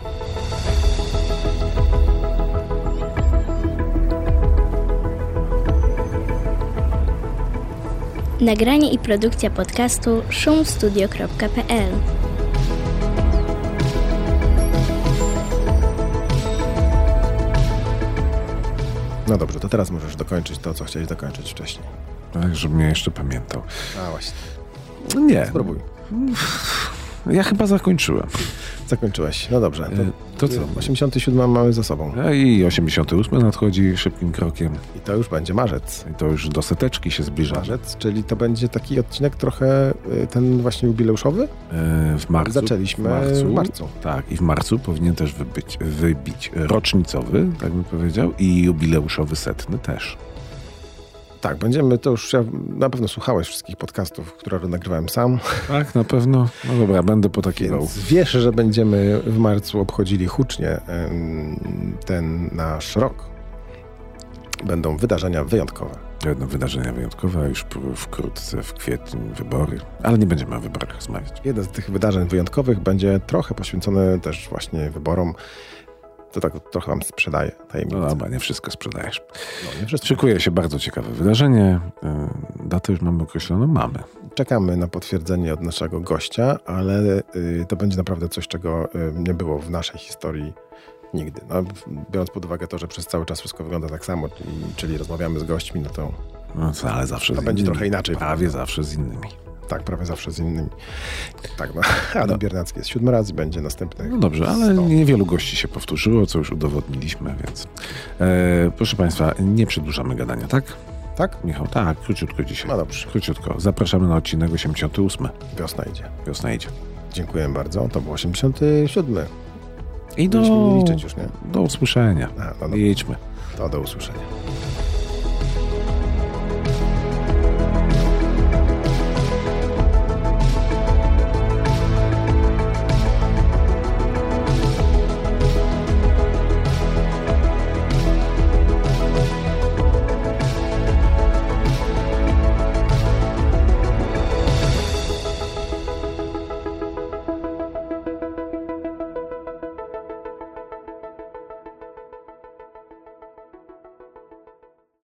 Nagranie i produkcja podcastu szumstudio.pl. No dobrze, to teraz możesz dokończyć to, co chciałeś dokończyć wcześniej. Tak, żebym mnie jeszcze pamiętał. A właśnie. Nie. Spróbuj. Ja chyba zakończyłem. Zakończyłeś. No dobrze. To co? 87 mamy za sobą. I 88 nadchodzi szybkim krokiem. I to już będzie marzec. I to już do seteczki się zbliża. Marzec, czyli to będzie taki odcinek trochę ten właśnie jubileuszowy? W marcu. Zaczęliśmy w marcu. Tak, i w marcu powinien też wybić rocznicowy, tak bym powiedział, i jubileuszowy setny też. Tak, będziemy, to już na pewno słuchałeś wszystkich podcastów, które nagrywałem sam. Tak, na pewno. No dobra, będę potakiwał. Więc wiesz, że będziemy w marcu obchodzili hucznie ten nasz rok. Będą wydarzenia wyjątkowe. Będą wydarzenia wyjątkowe, a już wkrótce w kwietniu wybory. Ale nie będziemy o wyborach rozmawiać. Jeden z tych wydarzeń wyjątkowych będzie trochę poświęcony też właśnie wyborom. To tak trochę wam sprzedaję tajemnicę. No dobra, nie wszystko sprzedajesz. No, nie wszystko. Szykuje się bardzo ciekawe wydarzenie. Datę już mamy określoną? Mamy. Czekamy na potwierdzenie od naszego gościa, ale to będzie naprawdę coś, czego nie było w naszej historii nigdy. No, biorąc pod uwagę to, że przez cały czas wszystko wygląda tak samo, czyli rozmawiamy z gośćmi, no to... No co, ale zawsze to z będzie innymi. trochę inaczej. Prawie zawsze z innymi. Tak, prawie zawsze z innymi. Tak, no. Adam Biernacki jest 7 razy, będzie następny. No dobrze, ale niewielu gości się powtórzyło, co już udowodniliśmy, więc... proszę Państwa, nie przedłużamy gadania, tak? Tak? Michał, tak, króciutko dzisiaj. No dobrze. Króciutko. Zapraszamy na odcinek 88. Wiosna idzie. Wiosna idzie. Dziękuję bardzo. To był 87. I Byliśmy nie liczyć już, nie? do usłyszenia. No, Jedźmy. To do usłyszenia.